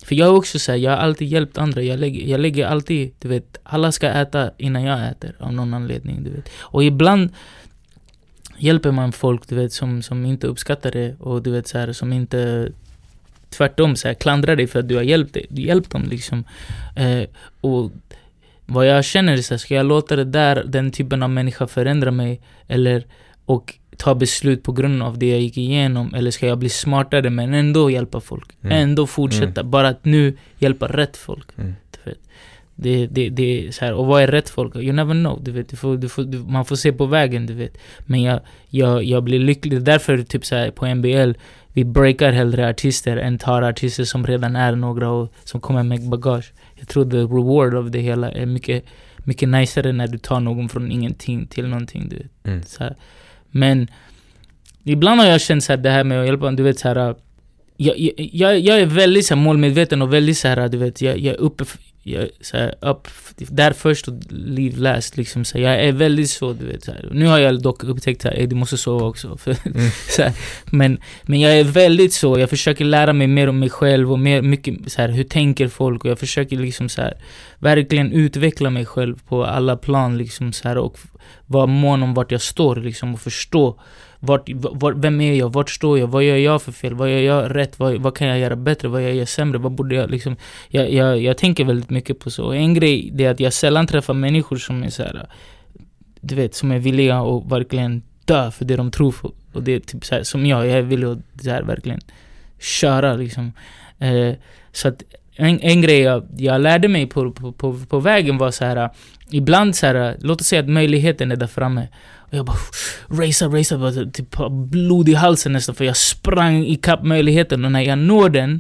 För jag är också så här, jag har alltid hjälpt andra. Jag lägger alltid, du vet, alla ska äta innan jag äter av någon anledning, du vet. Och ibland hjälper man folk, du vet, som inte uppskattar det, och du vet så här, som inte tvärtom så här klandrar dig för att du har hjälpt dem liksom. Och vad jag känner är så här, ska jag låta det där, den typen av människa förändra mig och ta beslut på grund av det jag gick igenom, eller ska jag bli smartare men ändå hjälpa folk, ändå fortsätta, bara att nu hjälpa rätt folk, du vet. Det är så här, och vad är rätt folk? You never know, du vet, man får se på vägen, du vet. Men jag blir lycklig, därför typ så här, på NBL vi breakar hellre artister än tar artister som redan är några och som kommer med bagage. Jag tror the reward av det hela är mycket mycket nicerare när du tar någon från ingenting till någonting, du vet. Så här. Men ibland har jag känt så här, det här med att hjälpa, du vet så här, jag är väldigt så här, målmedveten och väldigt så här, du vet, jag är uppe, så här, upp där först och leave last liksom, så här, jag är väldigt så, du vet så här. Nu har jag dock upptäckt att du måste sova också för, så här, men jag är väldigt så, jag försöker lära mig mer om mig själv och mycket så här, hur tänker folk, och jag försöker liksom så här, verkligen utveckla mig själv på alla plan liksom så här, och vara mån om vart jag står liksom, och förstå vem är jag, vart står jag, vad gör jag för fel, vad gör jag rätt, vad kan jag göra bättre, vad jag gör sämre, vad borde jag liksom, jag tänker väldigt mycket på så. Och en grej det är att jag sällan träffar människor som är så här, du vet, som är villiga att verkligen dö för det de tror på, och det är typ så här, som jag är villig att så här, verkligen köra liksom. Så att en grej jag lärde mig på vägen var så här, ibland så här, låt oss säga att möjligheten är där framme och jag bara racear, bara typ blod i halsen nästan, för jag sprang i kapp möjligheten, och när jag når den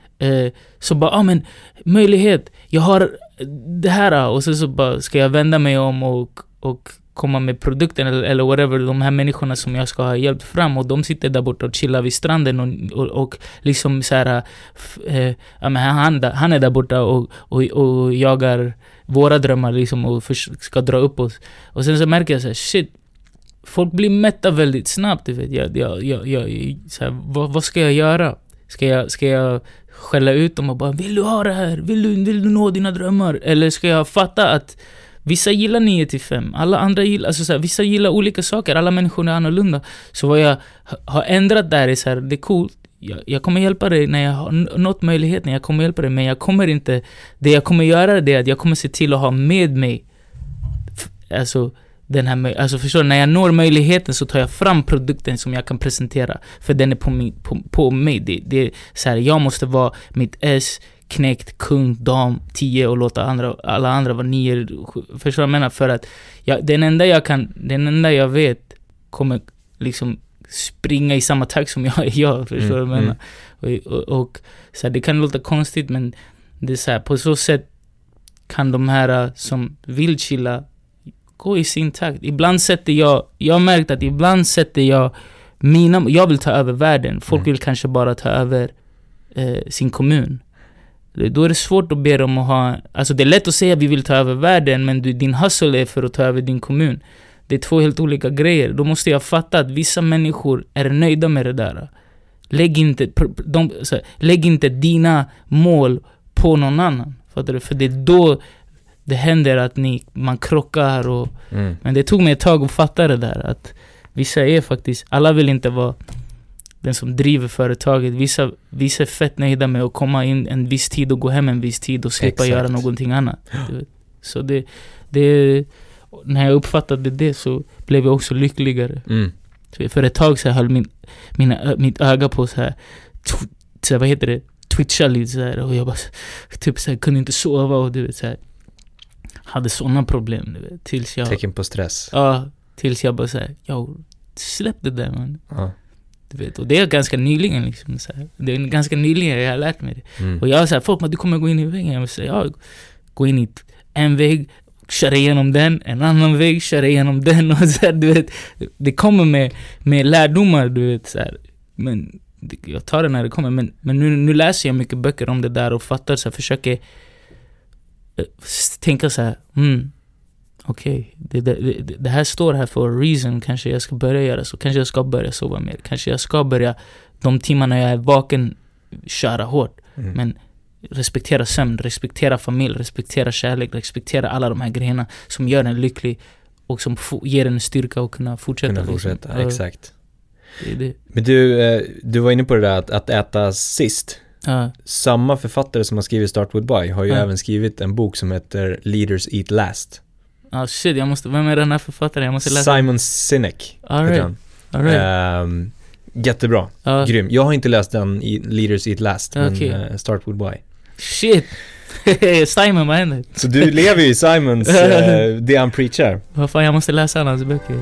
så bara, men möjlighet, jag har det här, och så bara ska jag vända mig om och komma med produkten eller whatever, de här människorna som jag ska ha hjälpt fram, och de sitter där borta och chillar vid stranden och liksom så här, han är där borta och jagar våra drömmar liksom, och ska dra upp oss. Och sen så märker jag så här, shit, folk blir mätta väldigt snabbt, du vet. Jag så här, vad ska jag göra? Ska jag skälla ut dem och bara, vill du ha det här? Vill du nå dina drömmar? Eller ska jag fatta att vissa gillar 9-5, alla andra gillar, alltså så här, vissa gillar olika saker, alla människor är annorlunda. Så vad jag har ändrat där är så här, det är coolt. Jag kommer hjälpa dig när jag har nått möjligheten, jag kommer hjälpa dig, men jag kommer inte, det jag kommer göra det är att jag kommer se till att ha med mig, alltså den här, alltså förstår du, när jag når möjligheten så tar jag fram produkten som jag kan presentera, för den är på mig. Det är så här, jag måste vara mitt S, knäckt, kung, dam, 10 och låta alla andra vara 9. Förstår du vad jag menar? För att den enda jag vet kommer liksom springa i samma takt som jag förstår du vad jag menar? Och så här, det kan låta konstigt, men det är så här, på så sätt kan de här som vill chilla gå i sin takt. Ibland sätter jag har märkt att ibland sätter jag vill ta över världen. Folk vill kanske bara ta över sin kommun. Då är det svårt att be dem att ha, alltså det är lätt att säga att vi vill ta över världen, men din hustle är för att ta över din kommun. Det är två helt olika grejer. Då måste jag fatta att vissa människor är nöjda med det där. Lägg inte dina mål på någon annan. För det är då det händer att man krockar. Men det tog mig ett tag att fatta det där. Att vissa är faktiskt, alla vill inte vara den som driver företaget. Vissa är fett nöjda med att komma in en viss tid och gå hem en viss tid och slippa göra någonting annat. Så det när jag uppfattade det så blev jag också lyckligare. För ett tag så höll mitt öga på så här, vad heter det, twitcha lite så här, och jag bara typ så här, kunde inte sova, och du vet så här, hade såna problem, du vet, tills jag tecken på stress. Ja, tills jag bara så här, släpp det där, man. Du vet, och det är ganska nyligen liksom så här. Det är ganska nyligen jag har lärt mig det. Och jag sa, folk, du kommer gå in i väggen. Jag säger, gå in i en vägg, köra igenom den, en annan vägg, köra igenom den, och så här, du vet, det kommer med lärdomar, du vet så här. Men jag tar det när det kommer, men nu läser jag mycket böcker om det där och fattar så här, försöker tänka så här, okej, det här står här för a reason. Kanske jag ska börja göra så. Kanske jag ska börja sova mer. Kanske jag ska börja de timmarna jag är vaken köra hårt. Men respektera sömn, respektera familj, respektera kärlek, respektera alla de här grejerna som gör en lycklig och som ger en styrka att kunna fortsätta. Liksom. Exakt. Det. Men du var inne på det där att äta sist. Samma författare som har skrivit Start With Why har ju även skrivit en bok som heter Leaders Eat Last. Shit, vem är den här författaren? Jag måste läsa. Simon Sinek. All right. Jättebra. Grym. Jag har inte läst den i Leaders Eat Last, men Start With Why. Shit. Simon, vad händer? Så du lever ju i Simons det han preachar. Vad fan, jag måste läsa hans böcker.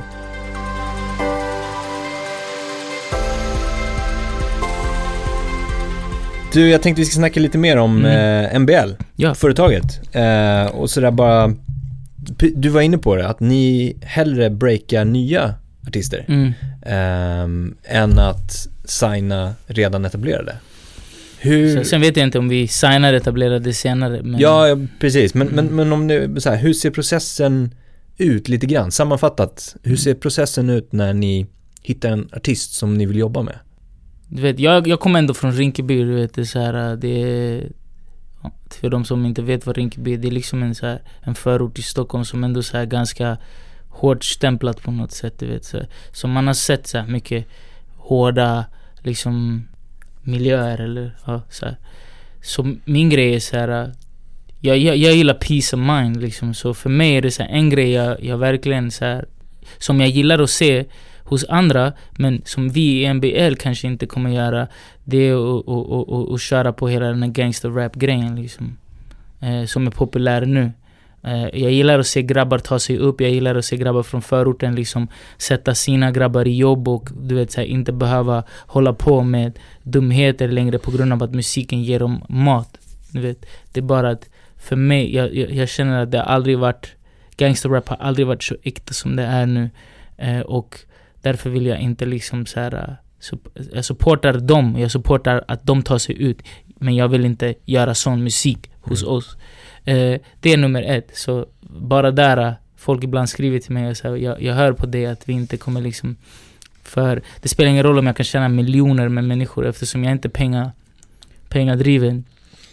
Du, jag tänkte vi ska snacka lite mer om MBL, företaget. Och sådär bara, du var inne på det, att ni hellre breakar nya artister än att signa redan etablerade. Sen vet jag inte om vi signar etablerade senare. Men... Ja, precis. Men om det, så här, hur ser processen ut lite grann? Sammanfattat, hur ser processen ut när ni hittar en artist som ni vill jobba med? Du vet, jag kommer ändå från Rinkeby, du vet, det är så här, det är, för de som inte vet vad Rinkeby är, det är liksom en förort i Stockholm som ändå så här ganska hårt stämplat på något sätt, du vet, så man har sett så här mycket hårda liksom miljöer eller så här. Så min grej är så här, jag gillar peace of mind liksom, så för mig är det så här, en grej jag verkligen så här, som jag gillar att se hos andra, men som vi i MBL kanske inte kommer göra, det är att köra på hela den här gangster-rap-grejen liksom, som är populär nu. Jag gillar att se grabbar ta sig upp, jag gillar att se grabbar från förorten liksom sätta sina grabbar i jobb och du vet, så här, inte behöva hålla på med dumheter längre på grund av att musiken ger dem mat. Du vet, det är bara att för mig, jag känner att det aldrig varit, gangster-rap har aldrig varit så äkta som det är nu, och därför vill jag inte liksom så här, jag supportar dem, jag supportar att de tar sig ut, men jag vill inte göra sån musik hos oss. Det är nummer 1. Så bara där, folk ibland skriver till mig och så här, jag hör på det att vi inte kommer liksom, för det spelar ingen roll om jag kan tjäna miljoner med människor, eftersom jag inte är pengadriven,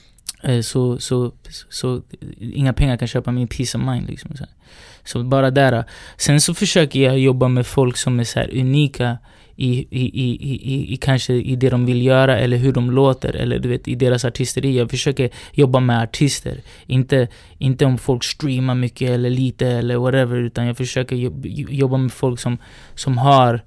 så inga pengar kan köpa min peace of mind liksom, så bara där. Sen så försöker jag jobba med folk som är så här unika i kanske i det de vill göra eller hur de låter, eller du vet, i deras artisteri. Jag försöker jobba med artister, inte om folk streamar mycket eller lite eller whatever, utan jag försöker jobba med folk som har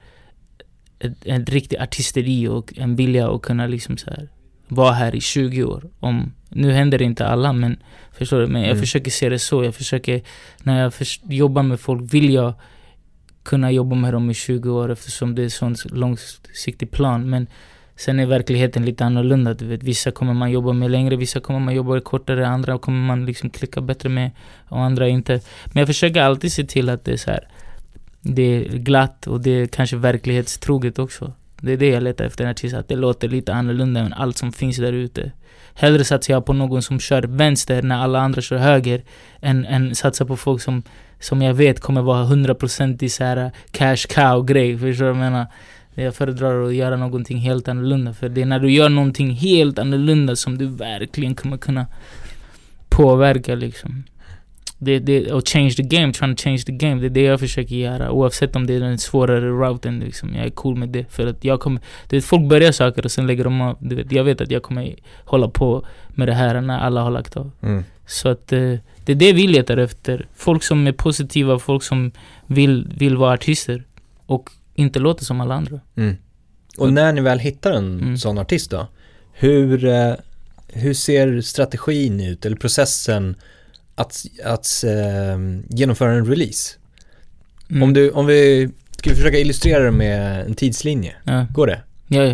en riktig artisteri och en vilja att kunna liksom så här vara här i 20 år. Nu händer det inte alla, men förstår du, men jag försöker se det så. Jag försöker, när jag jobbar med folk, vill jag kunna jobba med dem i 20 år, eftersom det är sån långsiktig plan. Men sen är verkligheten lite annorlunda, du vet. Vissa kommer man jobba med längre, vissa kommer man jobba kortare, andra kommer man liksom klicka bättre med och andra inte. Men jag försöker alltid se till att det är så här, det är glatt och det är kanske verklighetstroget också. Det är det jag letar efter, en artist, att det låter lite annorlunda än allt som finns där ute. Hellre satsar jag på någon som kör vänster när alla andra kör höger än satsar på folk som jag vet kommer vara 100% i så här cash cow-grej. Förstår du vad jag menar? Jag föredrar att göra någonting helt annorlunda. För det är när du gör någonting helt annorlunda som du verkligen kommer kunna påverka liksom. Och change the game, trying to change the game. Det är det jag försöker göra, oavsett om det är den svårare routen liksom. Jag är cool med det, för att jag kommer, du vet, folk börjar saker och sen lägger de av, du vet, jag vet att jag kommer hålla på med det här när alla har lagt av. Så att det är det vi letar efter, folk som är positiva, folk som vill vara artister och inte låter som alla andra. Och när ni väl hittar en sån artist då, hur ser strategin ut, eller processen att genomföra en release? Om vi ska försöka illustrera det med en tidslinje, går det? Ja.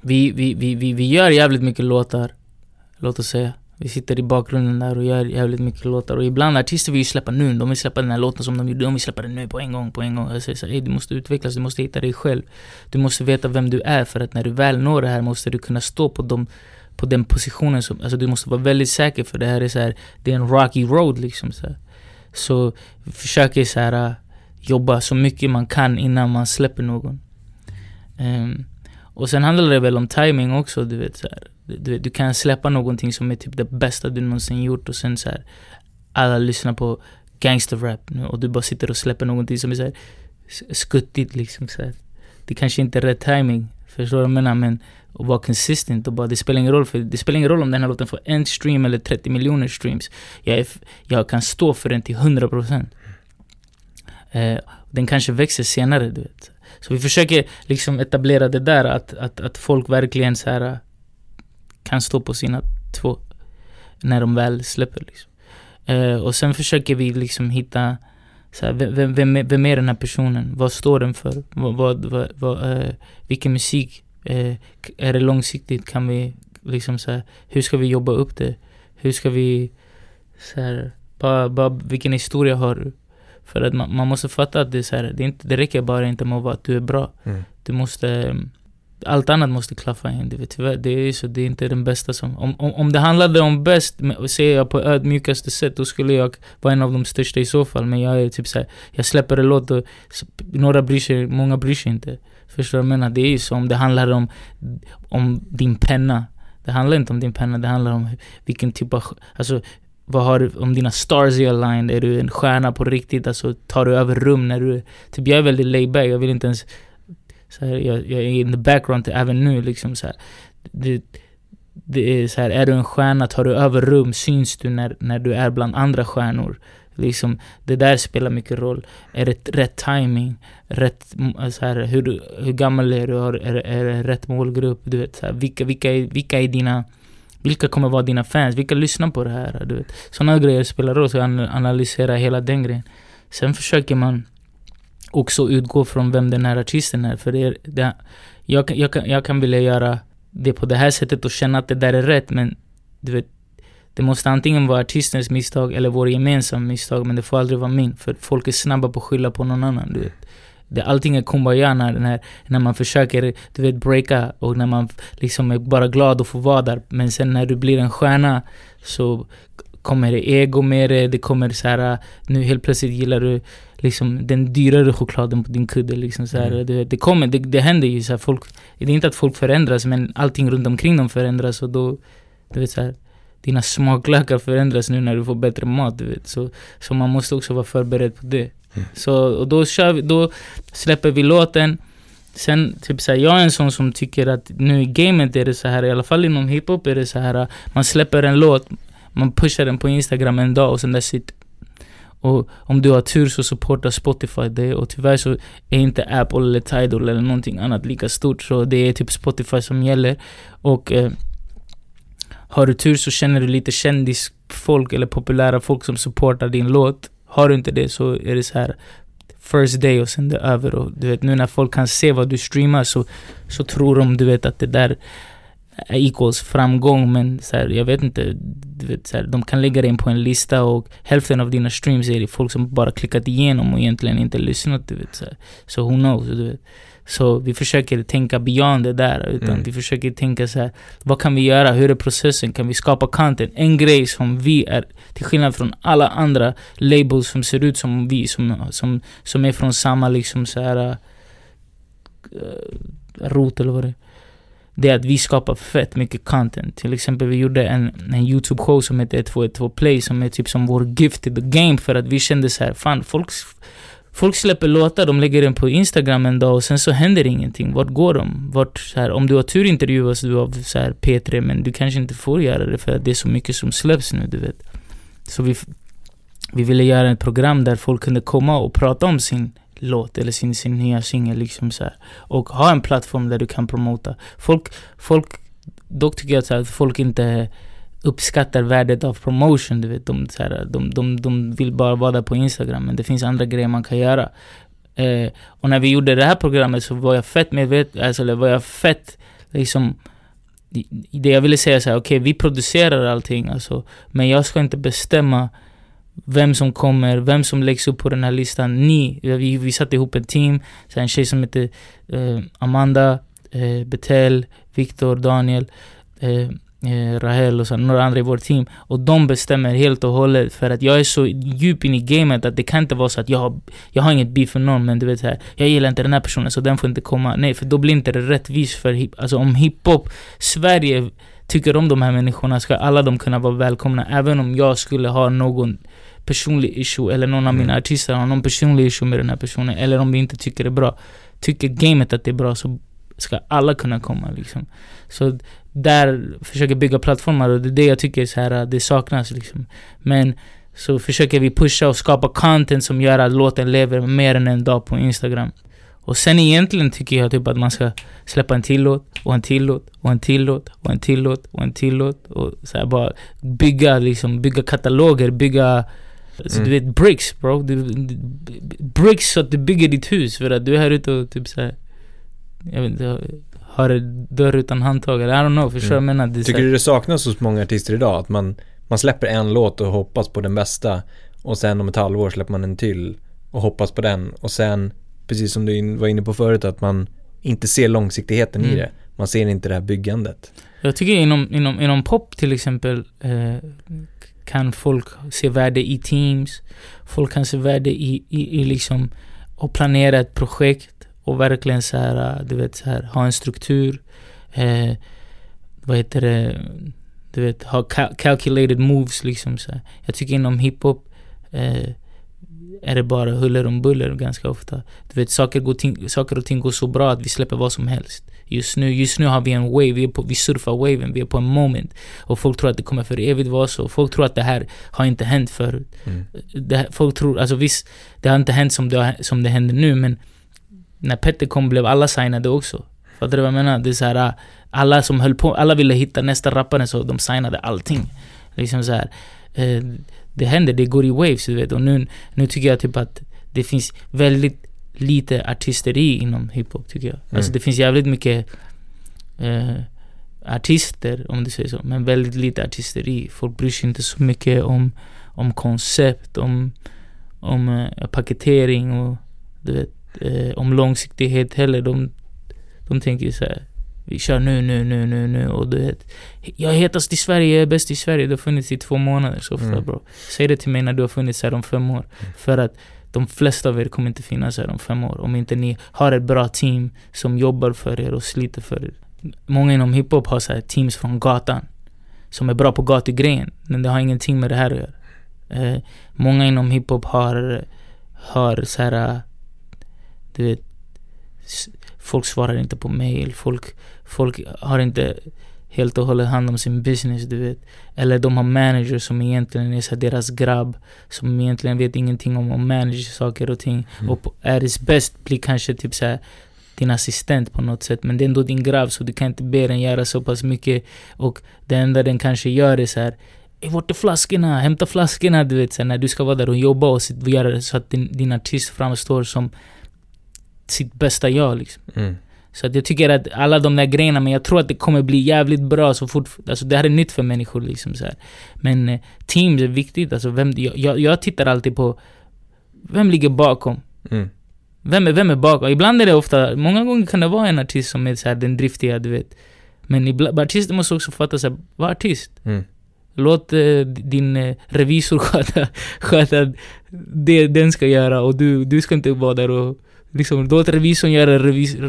Vi gör jävligt mycket låtar, låt oss säga. Vi sitter i bakgrunden där och gör jävligt mycket låtar. Och ibland artister vill ju släppa nu, de vill släppa den här låten som de gjorde, de vill släppa den nu på en gång. Jag säger så här, du måste utvecklas, du måste hitta dig själv, du måste veta vem du är, för att när du väl når det här måste du kunna stå på den positionen som, alltså du måste vara väldigt säker, för det här är så här, det är en rocky road liksom så här. Så vi försöker så här jobba så mycket man kan innan man släpper någon. Och sen handlar det väl om timing också, du vet så här. Du kan släppa någonting som är typ det bästa du någonsin gjort och sen så här, alla lyssnar på gangsterrap nu och du bara sitter och släpper någonting som är så här skuttigt liksom så här. Det kanske inte är rätt timing, förstår du vad jag menar, men att vara consistent och bara, det spelar ingen roll om den här låten får en stream eller 30 miljoner streams. Jag kan stå för den till 100%. Den kanske växer senare, du vet. Så vi försöker liksom etablera det där att folk verkligen så här kan stå på sina två när de väl släpper liksom. Och sen försöker vi liksom hitta så här, vem är den här personen? Vad står den för? Vilken musik är det långsiktigt? Kan vi liksom så här, hur ska vi jobba upp det? Hur ska vi så här, bara vilken historia har du? För att man måste fatta att det är så här, det räcker bara inte med att du är bra. Du måste, allt annat måste klaffa in. Du vet, tyvärr, det är så, det är inte den bästa som, om det handlade om bäst, säger jag på ödmjukaste sätt, då skulle jag vara en av de största i så fall. Men jag är typ så här, jag släpper en låt och många bryr sig inte. Förstår du vad jag menar? Det är ju så, om det handlar om din penna. Det handlar inte om din penna, det handlar om vilken typ av, alltså vad har du, om dina stars är aligned, är du en stjärna på riktigt, alltså tar du över rum när du, typ jag är väldigt laid back, jag vill inte ens så här, jag är in the background till även nu liksom så här. Det är så här, är du en stjärna, tar du över rum, syns du när du är bland andra stjärnor liksom, det där spelar mycket roll. Är det rätt timing, rätt så här, hur gammal är du, är det rätt målgrupp, du vet så här, vilka är dina, vilka kommer vara dina fans, vilka lyssnar på det här, du vet. Sådana grejer spelar roll, så analysera hela den grejen. Sen försöker man också utgå från vem den här artisten är, för jag kan vilja göra det på det här sättet och känna att det där är rätt, men du vet, det måste antingen vara artistens misstag eller vår gemensamma misstag, men det får aldrig vara min, för folk är snabba på att skylla på någon annan, du vet. Allting är kumbaya när man försöker, du vet, breaka, och när man liksom är bara glad att få vara där, men sen när du blir en stjärna så kommer det ego med det kommer så här, nu helt plötsligt gillar du liksom den dyrare chokladen på din kudde liksom så här, det händer ju så här, folk, det är inte att folk förändras, men allting runt omkring dem förändras, och då, du vet så här, dina smaklökar förändras nu när du får bättre mat, du vet, så man måste också vara förberedd på det. Så, och då släpper vi låten. Sen typ så här, jag är en sån som tycker att nu i gamet är det så här, i alla fall inom hiphop är det så här, man släpper en låt, man pushar den på Instagram en dag och sen där sitter. Och om du har tur så supportar Spotify det, och tyvärr så är inte Apple eller Tidal eller någonting annat lika stort, så det är typ Spotify som gäller. Och har du tur så känner du lite kändisfolk eller populära folk som supportar din låt. Har du inte det så är det så här first day och sen det är över, och du vet, nu när folk kan se vad du streamar så tror de, du vet, att det där equals framgång, men så här, jag vet inte, du vet, så här, de kan lägga in på en lista och hälften av dina streams är det folk som bara klickat igenom och egentligen inte lyssnat, du vet, så här. Så who knows, du vet. Så vi försöker tänka beyond det där, utan vi försöker tänka så här, vad kan vi göra, hur är processen, kan vi skapa content, en grej som vi är, till skillnad från alla andra labels som ser ut som vi, som är från samma liksom så här rot eller vad det är, att vi skapar fett mycket content. Till exempel vi gjorde en YouTube-show som heter 112 Play, som är typ som vår gift to the game, för att vi kände så här, fan, folk släpper låtar, de lägger den på Instagram en dag och sen så händer ingenting. Vart går de? Så här, om du har tur intervjuas du av så här P3, men du kanske inte får göra det för att det är så mycket som släpps nu, du vet. Så vi ville göra ett program där folk kunde komma och prata om sin låt eller sin nya singel liksom så här, och ha en plattform där du kan promota. Folk dock tycker jag att folk inte uppskattar värdet av promotion, du vet, de vill bara vara där på Instagram, men det finns andra grejer man kan göra. Och när vi gjorde det här programmet så var jag fett medveten, alltså var jag fett liksom, det jag ville säga så här, okej, vi producerar allting alltså, men jag ska inte bestämma vem som kommer, vem som läggs upp på den här listan. Vi satte ihop ett team, så en tjej som heter Amanda, Betel, Victor, Daniel, Rahel och så några andra i vårt team, och de bestämmer helt och hållet, för att jag är så djup in i gamet att det kan inte vara så att jag har inget beef för någon, men du vet här, jag gillar inte den här personen så den får inte komma. Nej, för då blir inte det rättvis, för alltså om hiphop Sverige tycker om de här människorna ska alla de kunna vara välkomna. Även om jag skulle ha någon personlig issue eller någon av mina artister har någon personlig issue med den här personen, eller om vi inte tycker det är bra, tycker gamet att det är bra, så ska alla kunna komma liksom. Så där försöker bygga plattformar, och det är det jag tycker så här, det saknas liksom. Men så försöker vi pusha och skapa content som gör att låten lever mer än en dag på Instagram. Och sen egentligen tycker jag typ att man ska släppa en till låt och en till låt och en till låt och en till låt och en till låt, och så här bara bygga kataloger, bygga så du vet, bricks bro, bricks så att du bygger ditt hus, för att du är här ute och typ så här, jag vet inte, har en dörr utan handtag eller I don't know, förstår jag menar. Tycker du det saknas hos många artister idag att man släpper en låt och hoppas på den bästa, och sen om ett halvår släpper man en till och hoppas på den, och sen precis som du var inne på förut, att man inte ser långsiktigheten i det. Man ser inte det här byggandet. Jag tycker inom pop till exempel kan folk se värde i teams. Folk kan se värde i liksom att planera ett projekt och verkligen så här, du vet, så här, ha en struktur. Vad heter det? Du vet, ha calculated moves liksom så här. Jag tycker inom hiphop är det bara huller om buller ganska ofta. Du vet, saker och ting går så bra att vi släpper vad som helst. Just nu har vi en wave, vi surfar waven, vi är på en moment, och folk tror att det kommer för evigt vara så. Folk tror att det här har inte hänt förut. Folk tror, alltså visst, det har inte hänt som det händer nu, men när Petter kom blev alla signade också. Fattar du vad jag menar? Det är så här, alla som höll på, alla ville hitta nästa rappare, så de signade allting. Liksom så här, det händer, det går i waves, du vet. Och nu tycker jag typ att det finns väldigt lite artisteri inom hiphop, tycker jag. Alltså det finns jävligt mycket artister, om du säger så, men väldigt lite artisteri. Folk bryr sig inte så mycket om koncept, om paketering och du vet, om långsiktighet heller. De tänker så här, vi kör nu, och du vet, jag är hetast i Sverige, jag är bäst i Sverige, det har funnits i 2 månader, så ofta bro. Säg det till mig när du har funnits här om 5 år. För att de flesta av er kommer inte finnas här om 5 år om inte ni har ett bra team som jobbar för er och sliter för er. Många inom hiphop har så här teams från gatan som är bra på gatugrejen, men det har ingenting med det här att göra. Många inom hiphop har så här, du vet, folk svarar inte på mail, folk har inte helt och hållet hand om sin business, du vet. Eller de har managers som egentligen är så deras grabb, som egentligen vet ingenting om att manage saker och ting. Och är det bäst blir kanske typ så här din assistent på något sätt, men det är ändå din grabb, så du kan inte be den göra så pass mycket. Och det enda den kanske gör är så här, vart är flaskorna? Hämta flaskorna, du vet, så här, när du ska vara där och jobba och göra det så att din artist framstår som sitt bästa jag liksom. Så att jag tycker att alla de där grejerna, men jag tror att det kommer bli jävligt bra så fort, alltså det här är nytt för människor liksom så här. Men teams är viktigt, alltså jag tittar alltid på vem ligger bakom. Vem är bakom? Ibland är det ofta, många gånger kan det vara en artist som är så här den driftiga, du vet. Men artister måste också fatta så här, vad artist? Låt din revisor sköta det den ska göra, och du ska inte vara där och liksom, låt revisorn göra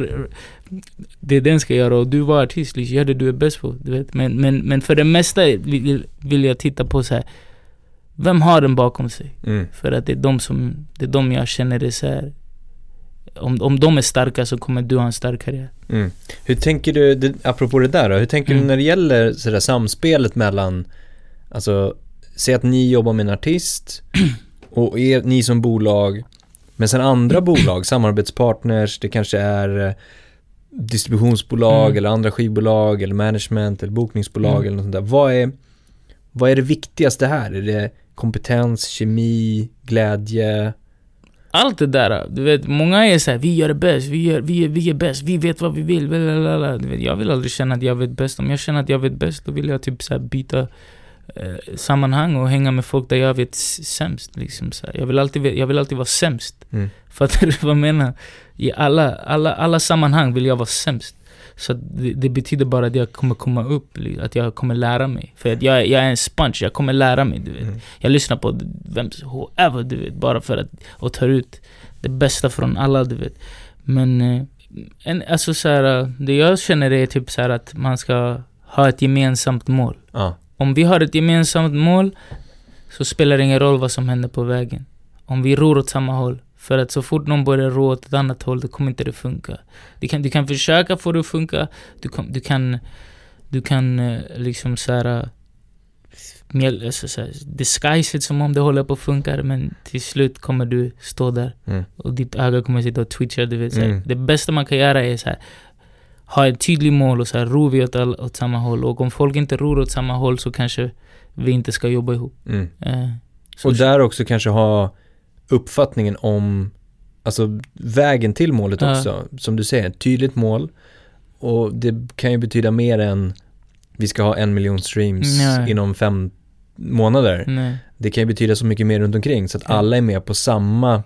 det den ska göra, och du var artist, liksom, gör det du är bäst på, du vet. Men för det mesta vill jag titta på så här, vem har den bakom sig? För att det är de jag känner det så här. Om de är starka så kommer du ha en stark karriär. Hur tänker du, apropå det där då, hur tänker du när det gäller så där samspelet mellan, alltså, säg att ni jobbar med en artist och ni som bolag, men sen andra bolag, samarbetspartners, det kanske är distributionsbolag eller andra skivbolag eller management eller bokningsbolag eller något sånt där. Vad är det viktigaste här? Är det kompetens, kemi, glädje? Allt det där, du vet, många är så här, vi gör det bäst, vi är bäst, vi vet vad vi vill, du vet, jag vill aldrig känna att jag vet bäst. Om jag känner att jag vet bäst, då vill jag typ så här byta sammanhang och hänga med folk där jag vet sämst liksom, så här. Jag vill alltid vara sämst. Fattar du vad jag menar? I alla sammanhang vill jag vara sämst. Så det betyder bara att jag kommer komma upp, att jag kommer lära mig. För att jag är en sponge, jag kommer lära mig, du vet. Jag lyssnar på whoever, du vet, bara för att ta ut det bästa från alla, du vet. Men alltså så här, det jag känner är typ så här att man ska ha ett gemensamt mål. Ja. Om vi har ett gemensamt mål så spelar det ingen roll vad som händer på vägen. Om vi ror åt samma håll. För att så fort någon börjar ro åt ett annat håll, då kommer inte det funka. Du kan försöka få det att funka. Du kan liksom såhär disguise it som om det håller på att funka. Men till slut kommer du stå där. Och ditt öga kommer sitta och twitcha. Du vet, såhär. Det bästa man kan göra är såhär, ha ett tydligt mål och så här, ror vi åt samma håll. Och om folk inte ror åt samma håll så kanske vi inte ska jobba ihop. Och där också kanske ha uppfattningen om alltså vägen till målet också. Som du säger, ett tydligt mål. Och det kan ju betyda mer än vi ska ha 1 miljon streams inom 5 månader. Det kan ju betyda så mycket mer runt omkring. Så att alla är med på samma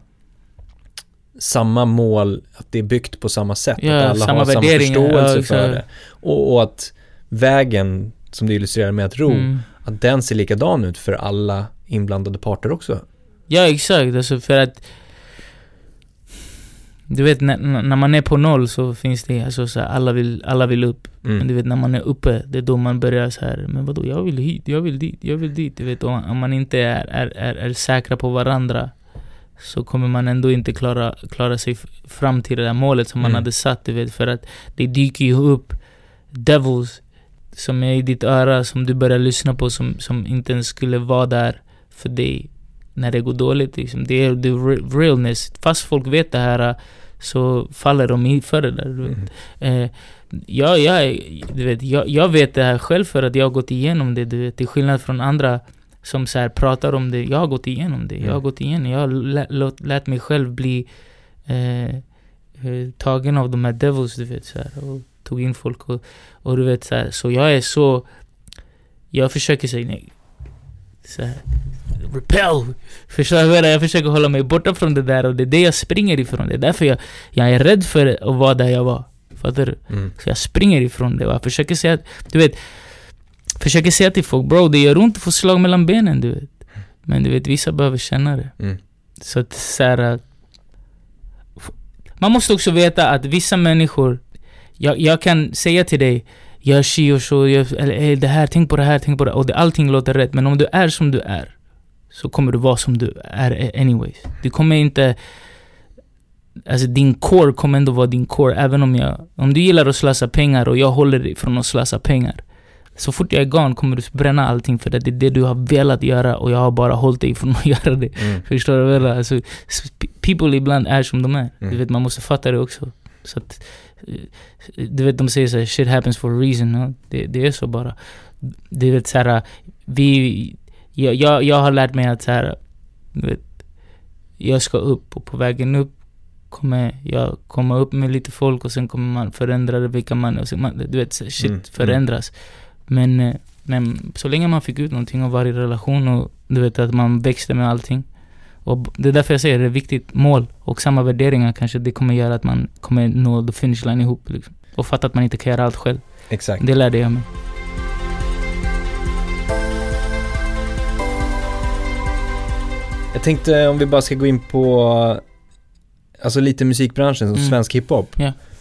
mål, att det är byggt på samma sätt. Att alla har samma förståelse för det. Och att vägen, som du illustrerar med att ro, att den ser likadan ut för alla inblandade parter också. Ja, exakt. Alltså för att du vet, när man är på noll så finns det alltså så här, alla vill upp. Men du vet, när man är uppe, det är då man börjar så här, men vadå, jag vill hit, jag vill dit. Du vet, om man inte är säkra på varandra så kommer man ändå inte klara sig fram till det där målet som man hade satt, du vet, för att det dyker ju upp devils som är i ditt öra, som du börjar lyssna på, som inte ens skulle vara där för dig när det går dåligt liksom. Det är the realness. Fast folk vet det här så faller de i för det där, du vet. Jag vet det här själv för att jag har gått igenom det, du vet, till skillnad från andra som så här pratar om det. Jag har gått igenom det. Jag har lärt mig själv bli tagen av de här devils, du vet, så här, och tog in folk och du vet så här, så jag försöker säga nej. Så här, repel. Jag försöker hålla mig borta från det där, och det är det jag springer ifrån. Det är därför jag är rädd för att vara där jag var. Fattar du? Så jag springer ifrån det och jag försöker säga att, du vet, till folk, bro, det gör ont att få slag mellan benen, du vet. Men du vet, vissa behöver känna det. Så att så här, man måste också veta att vissa människor, jag kan säga till dig, gör si och så, eller det här, tänk på det här, och allting låter rätt. Men om du är som du är, så kommer du vara som du är anyways. Du kommer inte, alltså din core kommer ändå vara din core. Även om du gillar att slösa pengar och jag håller dig från att slösa pengar, så fort jag är gone kommer du bränna allting, för det är det du har velat göra och jag har bara hållit dig från att göra det. Förstår du väl? Alltså, people ibland är som de är. Du vet, man måste fatta det också. Så att, du vet, de säger så här, shit happens for a reason. No? Det är så bara. Du vet, så här, jag har lärt mig att så här, du vet, jag ska upp, och på vägen upp kommer jag komma upp med lite folk, och sen kommer man förändra det, vilka man, och sen du vet, shit förändras. Men så länge man fick ut någonting av varje relation, och du vet att man växte med allting. Och det är därför jag säger det är viktigt mål och samma värderingar, kanske det kommer göra att man kommer nå the finish line ihop liksom. Och fatta att man inte kan göra allt själv. Exakt. Det lärde jag mig. Jag tänkte om vi bara ska gå in på alltså lite musikbranschen som svensk hiphop.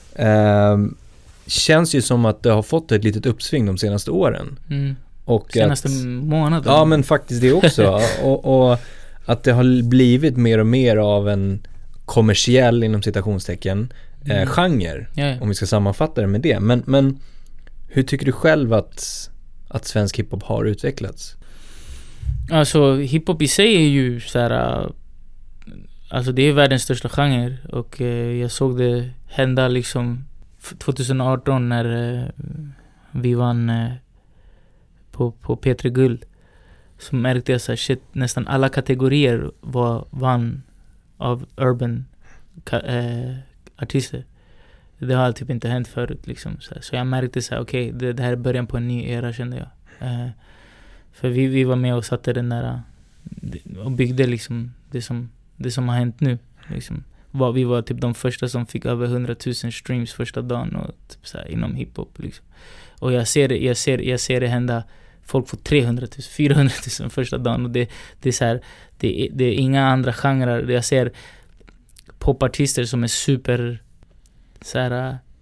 Känns ju som att det har fått ett litet uppsving de senaste åren. Och senaste månaden. Ja, men faktiskt det också. och att det har blivit mer och mer av en kommersiell, inom citationstecken, genre. Om vi ska sammanfatta det med det. Men hur tycker du själv att svensk hiphop har utvecklats? Alltså hiphop i sig är ju så här, alltså det är världens största genre, och jag såg det hända liksom 2018 när vi vann på P3 Guld. Så märkte jag så här, shit, nästan alla kategorier vann av urban artister. Det har typ inte hänt förut liksom. Så jag märkte så här, okej, det här är början på en ny era, kände jag. För vi var med och satte den där och byggde liksom det som har hänt nu liksom. Vi var typ de första som fick över 100 000 streams första dagen, och typ så här, inom hiphop liksom. Och jag ser det hända. Folk får 300 000, 400 000 första dagen, och det är så här, det är inga andra genrer. Jag ser popartister som är super så här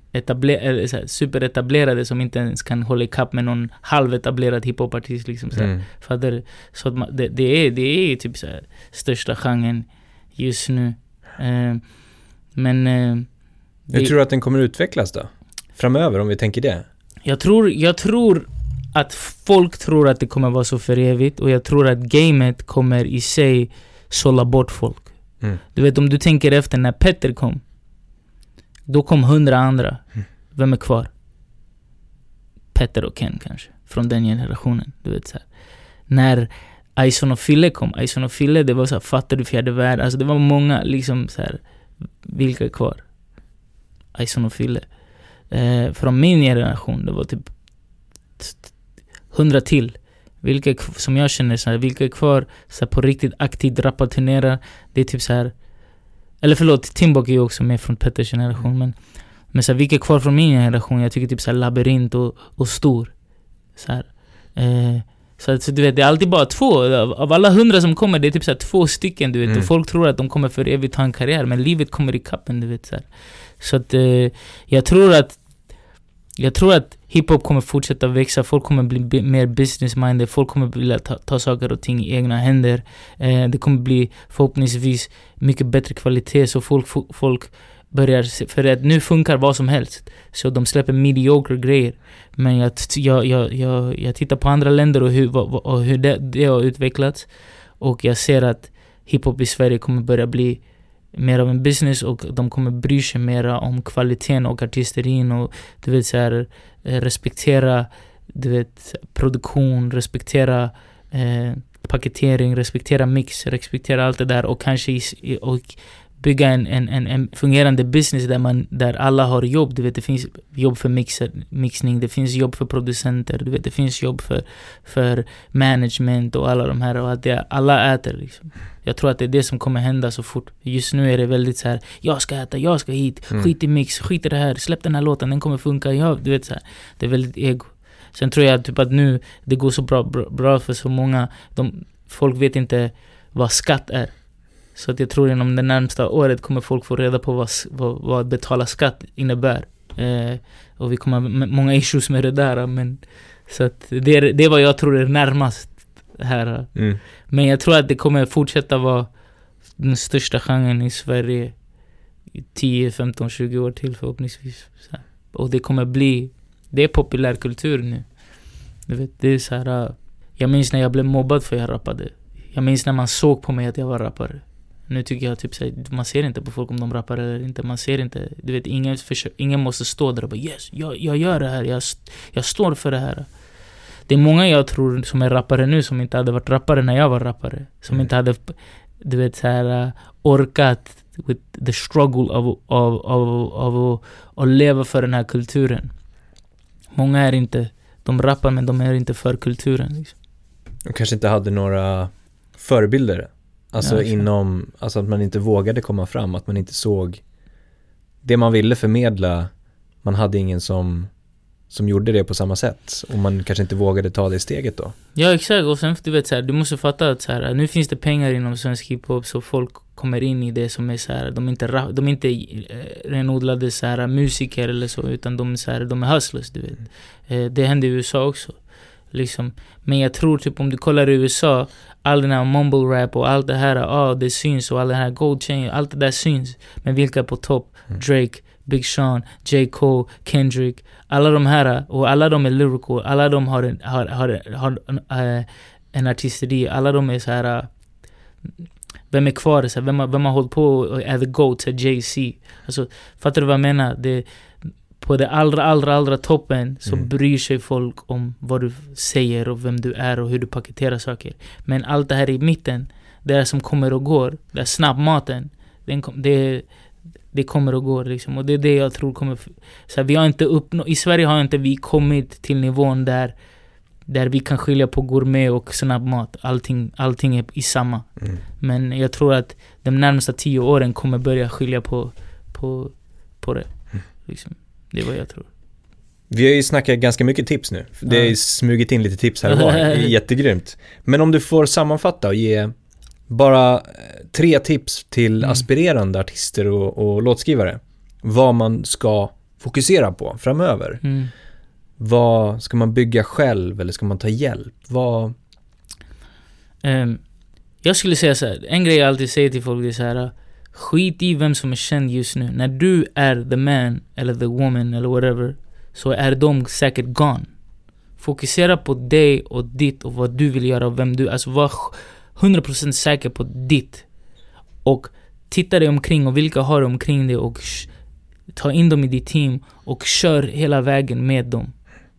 superetablerade som inte ens kan hålla ikapp med någon halvetablerad hiphopartist liksom så här. För att det är typ så här största genren just nu. Men hur tror du att den kommer utvecklas då? Framöver, om vi tänker det. Jag tror att folk tror att det kommer vara så för evigt, och jag tror att gamet kommer i sig sålla bort folk. Du vet, om du tänker efter när Petter kom, då kom 100 andra. Vem är kvar? Petter och Ken kanske, från den generationen. Du vet så här. När Ison och Fille kom, det var så här, fattar du fjärde värld. Alltså det var många liksom så här, vilka är kvar? Ison och Fille. Från min generation, det var typ 100 till. Vilka som jag känner så här, vilka är kvar så här, på riktigt aktivt rapporterar. Det är typ så här, eller förlåt, Timbuk är ju också med från Petters generation, men så här, vilka är kvar från min generation? Jag tycker typ så här, Labyrint och Stor så här. Så du vet, det är alltid bara 2 av alla 100 som kommer, det är typ så här 2 stycken, du vet. Och folk tror att de kommer för evigt ha en karriär, men livet kommer i kappen, du vet så här. Så att jag tror att hiphop kommer fortsätta växa. Folk kommer bli mer business-minded. Folk kommer vilja ta saker och ting i egna händer. Det kommer bli förhoppningsvis mycket bättre kvalitet. Så folk börjar... För att nu funkar vad som helst. Så de släpper mediocre grejer. Men jag tittar på andra länder och hur det har utvecklats. Och jag ser att hiphop i Sverige kommer börja bli mer av en business, och de kommer bry sig mer om kvaliteten och artisterin, och du vet så här, respektera, du vet, produktion, respektera paketering, respektera mix, respektera allt det där, och kanske och bygga en fungerande business där alla har jobb. Du vet, det finns jobb för mixning, det finns jobb för producenter, du vet, det finns jobb för management och alla de här, och att alla äter liksom. Jag tror att det är det som kommer hända så fort. Just nu är det väldigt så här: jag ska äta, jag ska hit, skit i mix, skit i det här, släpp den här låten, den kommer funka. Du vet så här. Det är väldigt ego. Sen tror jag typ att nu det går så bra för så många. Folk vet inte vad skatt är. Så att jag tror inom det närmsta året kommer folk få reda på vad betala skatt innebär. Och vi kommer ha många issues med det där. Men, så att det är vad jag tror är närmast här. Men jag tror att det kommer fortsätta vara den största genren i Sverige i 10, 15, 20 år till förhoppningsvis. Så här. Och det kommer bli... Det är populärkultur nu. Du vet, det är så här... Jag minns när jag blev mobbad för jag rappade. Jag minns när man såg på mig att jag var rappare. Nu tycker jag typ så man ser inte på folk om de rappar eller inte. Man ser inte, du vet, ingen måste stå där och bara yes, jag gör det här, jag står för det här. Det är många jag tror som är rappare nu som inte hade varit rappare när jag var rappare. Som inte hade, du vet, så här orkat with the struggle av att leva för den här kulturen. Många är inte, de rappar men de är inte för kulturen liksom. De kanske inte hade några förebilder. Alltså alltså att man inte vågade komma fram, att man inte såg det man ville förmedla. Man hade ingen som gjorde det på samma sätt, och man kanske inte vågade ta det steget då. Ja, exakt. Och sen du vet så här, du måste fatta att så här, nu finns det pengar inom svensk hiphop, så folk kommer in i det som är så här, de är inte renodlade så här musiker eller så, utan de är hustlers, du vet. Det händer i USA också. Liksom. Men jag tror typ om du kollar i USA, all den här mumble rap och allt det här, det syns, och all den här gold chain, allt det där syns. Men vilka är på topp? Drake, Big Sean, J. Cole, Kendrick, alla de här, och alla de är lyrical, alla de har en artisteri, alla de är så här. Vem är kvar? Så här, vem har hållit på och är the GOAT, så Jay-Z. Alltså, fattar du vad jag menar? På det allra toppen så bryr sig folk om vad du säger och vem du är och hur du paketerar saker. Men allt det här i mitten, det är som kommer och går, det är snabbmaten, det kommer och går liksom. Och det är det jag tror kommer... Så här, vi har inte i Sverige har inte vi kommit till nivån där vi kan skilja på gourmet och snabbmat. Allting är i samma. Men jag tror att de närmaste 10 åren kommer börja skilja på det liksom. Det är vad jag tror. Vi har ju snackat ganska mycket tips nu. Det är smugit in lite tips här och var. Det är jättegrymt. Men om du får sammanfatta och ge bara 3 tips till aspirerande artister och låtskrivare. Vad man ska fokusera på framöver? Vad ska man bygga själv eller ska man ta hjälp? Jag skulle säga så här, en grej jag alltid säger till folk är så här: skit i vem som är känd just nu. När du är the man eller the woman eller whatever, så är de säkert gone. Fokusera på dig och ditt och vad du vill göra och vem du, alltså var 100% säker på ditt. Och titta dig omkring och vilka har du omkring dig och ta in dem i ditt team och kör hela vägen med dem.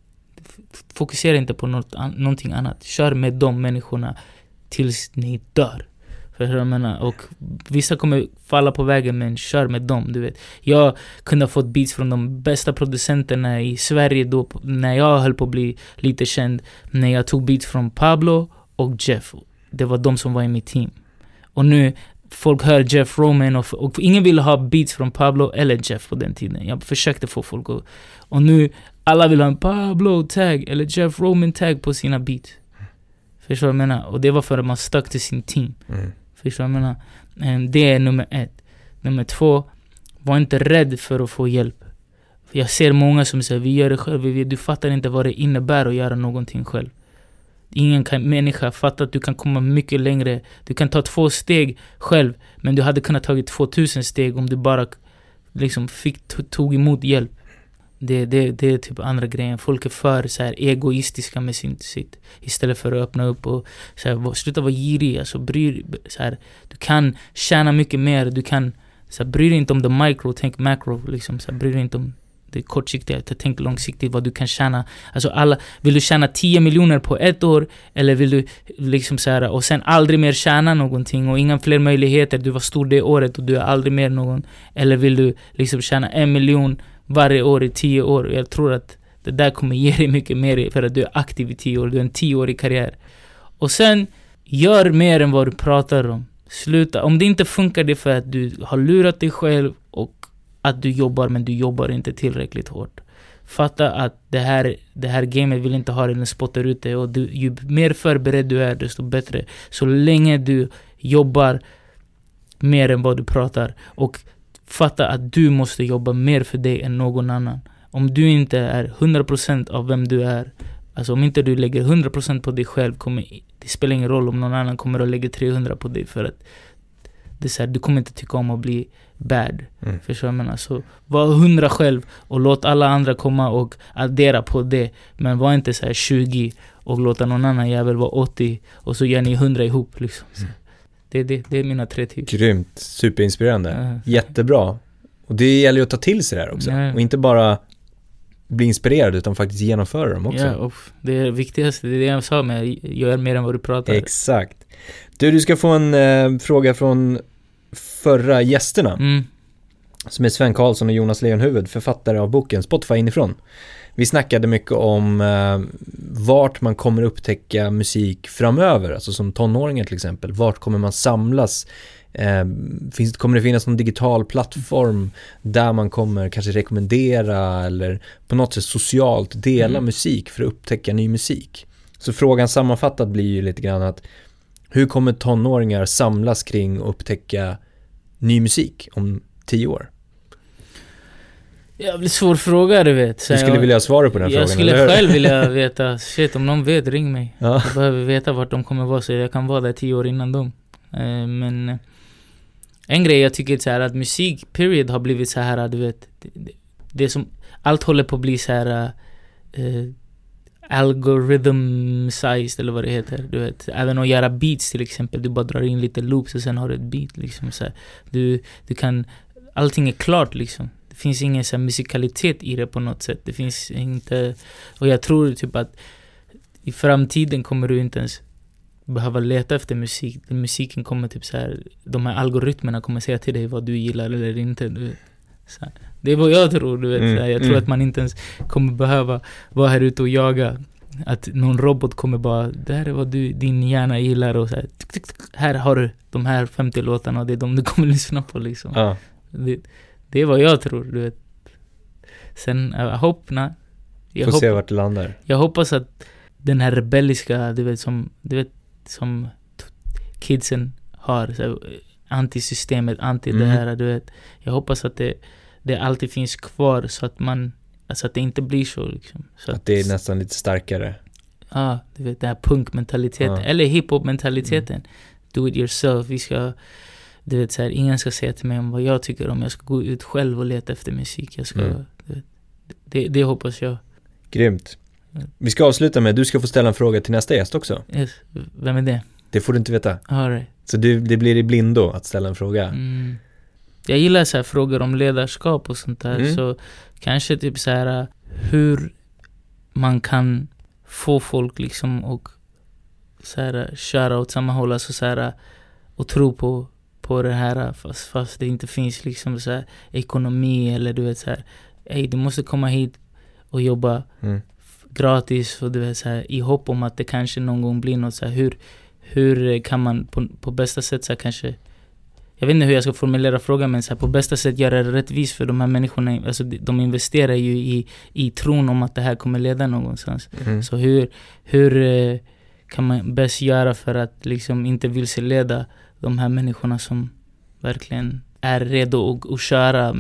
Fokusera inte på någonting annat. Kör med de människorna tills ni dör. För jag menar, och vissa kommer falla på vägen, men kör med dem, du vet. Jag kunde ha fått beats från de bästa producenterna i Sverige då, när jag höll på att bli lite känd. När jag tog beats från Pablo och Jeff. Det var de som var i mitt team. Och nu folk hör Jeff Roman och ingen ville ha beats från Pablo eller Jeff på den tiden. Jag försökte få folk att, och nu alla vill ha en Pablo tag eller Jeff Roman tag på sina beats. Förstår du vad jag menar? Och det var för att man stuck till sin team. Förstår du vad jag menar? Det är nummer 1. Nummer 2, var inte rädd för att få hjälp. Jag ser många som säger, vi gör det själv. Du fattar inte vad det innebär att göra någonting själv. Ingen människa fattar att du kan komma mycket längre. Du kan ta 2 steg själv, men du hade kunnat tagit 2000 steg om du bara liksom tog emot hjälp. Det är typ andra grejer. Folk är för så här egoistiska med sitt istället för att öppna upp och så här, sluta vara girig. Alltså, så här, du kan tjäna mycket mer. Du kan så här, bry dig inte om the micro, tänk macro liksom, så här, bry dig inte om det kortsiktiga, tänk långsiktigt vad du kan tjäna. Alltså vill du tjäna 10 miljoner på 1 år, eller vill du liksom så här, och sen aldrig mer tjäna någonting och inga fler möjligheter, du var stor det året och du är aldrig mer någon, eller vill du liksom tjäna 1 miljon varje år i 10 år? Jag tror att det där kommer ge dig mycket mer för att du är aktiv i 10 år, du är en 10-årig karriär. Och sen gör mer än vad du pratar om. Sluta, om det inte funkar, det för att du har lurat dig själv och att du jobbar, men du jobbar inte tillräckligt hårt. Fatta att det här gamet vill inte ha dig, den spottar ut dig, och ju mer förberedd du är, desto bättre. Så länge du jobbar mer än vad du pratar, och fatta att du måste jobba mer för dig än någon annan. Om du inte är 100% av vem du är, alltså om inte du lägger 100% på dig själv, det spelar ingen roll om någon annan kommer att lägga 300 på dig, för att det är så här, du kommer inte tycka om att bli bad. Förstår jag menar? Så var 100 själv och låt alla andra komma och addera på det. Men var inte så här 20 och låta någon annan jävel vara 80 och så gör ni 100 ihop liksom. Det är mina 3 tips. Grymt, superinspirerande. Jättebra. Och det gäller ju att ta till sig det här också. Och inte bara bli inspirerad utan faktiskt genomföra dem också. Ja, och det är det viktigaste. Det är det jag sa med gör mer än vad du pratar. Exakt. Du ska få en fråga från förra gästerna. Som är Sven Karlsson och Jonas Leonhuvud, författare av boken Spotify inifrån. Vi snackade mycket om vart man kommer upptäcka musik framöver, alltså som tonåringar till exempel. Vart kommer man samlas? Kommer det finnas någon digital plattform där man kommer kanske rekommendera eller på något sätt socialt dela musik för att upptäcka ny musik? Så frågan sammanfattat blir ju lite grann att hur kommer tonåringar samlas kring och upptäcka ny musik om 10 år? Jävligt svår fråga, du vet. Du skulle vilja ha svar på den frågan? Jag skulle själv vilja veta. Shit, om någon vet, ring mig. Jag behöver veta vart de kommer vara, så jag kan vara där 10 år innan dem. Men en grej jag tycker är så här, att musik period har blivit så här, du vet, det som allt håller på att bli så här algorithm-sized eller vad det heter, du vet. Även att göra beats till exempel, du bara drar in lite loops och sen har du ett beat liksom, så här. Du kan, allting är klart liksom. Det finns ingen så här musikalitet i det på något sätt. Det finns inte, och jag tror typ att i framtiden kommer du inte ens behöva leta efter musik. Musiken kommer typ så här, de här algoritmerna kommer säga till dig vad du gillar eller inte, du vet. Så här. Det är vad jag tror, du vet. Så här. Jag tror att man inte ens kommer behöva vara här ute och jaga. Att någon robot kommer bara, det här är vad din hjärna gillar, och så här, här har du de här 50 låtarna och det är de du kommer lyssna på liksom. Det är vad jag tror, du vet. Sen jag hoppas, får se vart det landar. Jag hoppas att den här rebelliska, du vet som kidsen har, så här, antisystemet, anti det här, du vet. Jag hoppas att det alltid finns kvar, så att man, alltså att det inte blir så liksom. Så att det är nästan lite starkare. Ja, du vet, den här punkmentaliteten, eller hiphop-mentaliteten. Do it yourself. Vi ska, du vet, så här, ingen ska säga till mig om vad jag tycker om. Jag ska gå ut själv och leta efter musik. Jag ska, det hoppas jag. Grymt. Vi ska avsluta med, du ska få ställa en fråga till nästa gäst också. Yes. Vem är det? Det får du inte veta. All right. Så det blir i blindo att ställa en fråga. Jag gillar så här frågor om ledarskap och sånt där. Så kanske typ så här, hur man kan få folk liksom och så här köra åt samma håll, alltså så här, och tro på det här fast det inte finns liksom så här ekonomi, eller du vet så här, du måste komma hit och jobba gratis, och du vet så här, i hopp om att det kanske någon gång blir något så här, hur kan man på bästa sätt så här, kanske, jag vet inte hur jag ska formulera frågan, men så här, på bästa sätt göra det rättvis för de här människorna. Alltså de investerar ju i tron om att det här kommer leda någonstans. Så hur kan man bäst göra för att liksom inte vilseleda de här människorna som verkligen är redo att köra,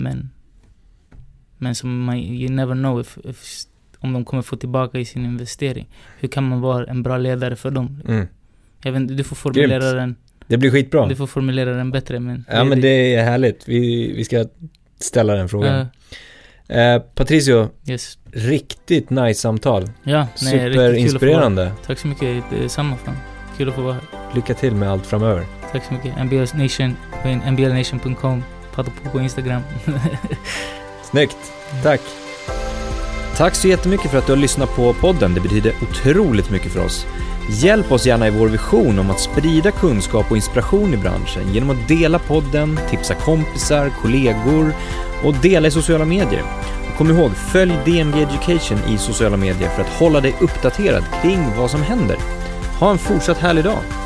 men som you never know om de kommer få tillbaka i sin investering. Hur kan man vara en bra ledare för dem? Jag vet inte, du får formulera den. Det blir skitbra. Du får formulera den bättre. Men det är härligt. Vi ska ställa den frågan. Patricio, riktigt nice samtal. Ja, superinspirerande. Tack så mycket. Det är samma fan. Kul att få vara här. Lycka till med allt framöver. Tack så mycket. NBL Nation på nblnation.com. på Instagram. Snyggt. Tack. Tack så jättemycket för att du har lyssnat på podden. Det betyder otroligt mycket för oss. Hjälp oss gärna i vår vision om att sprida kunskap och inspiration i branschen genom att dela podden, tipsa kompisar, kollegor och dela i sociala medier. Och kom ihåg, följ DMG Education i sociala medier för att hålla dig uppdaterad kring vad som händer. Ha en fortsatt härlig dag!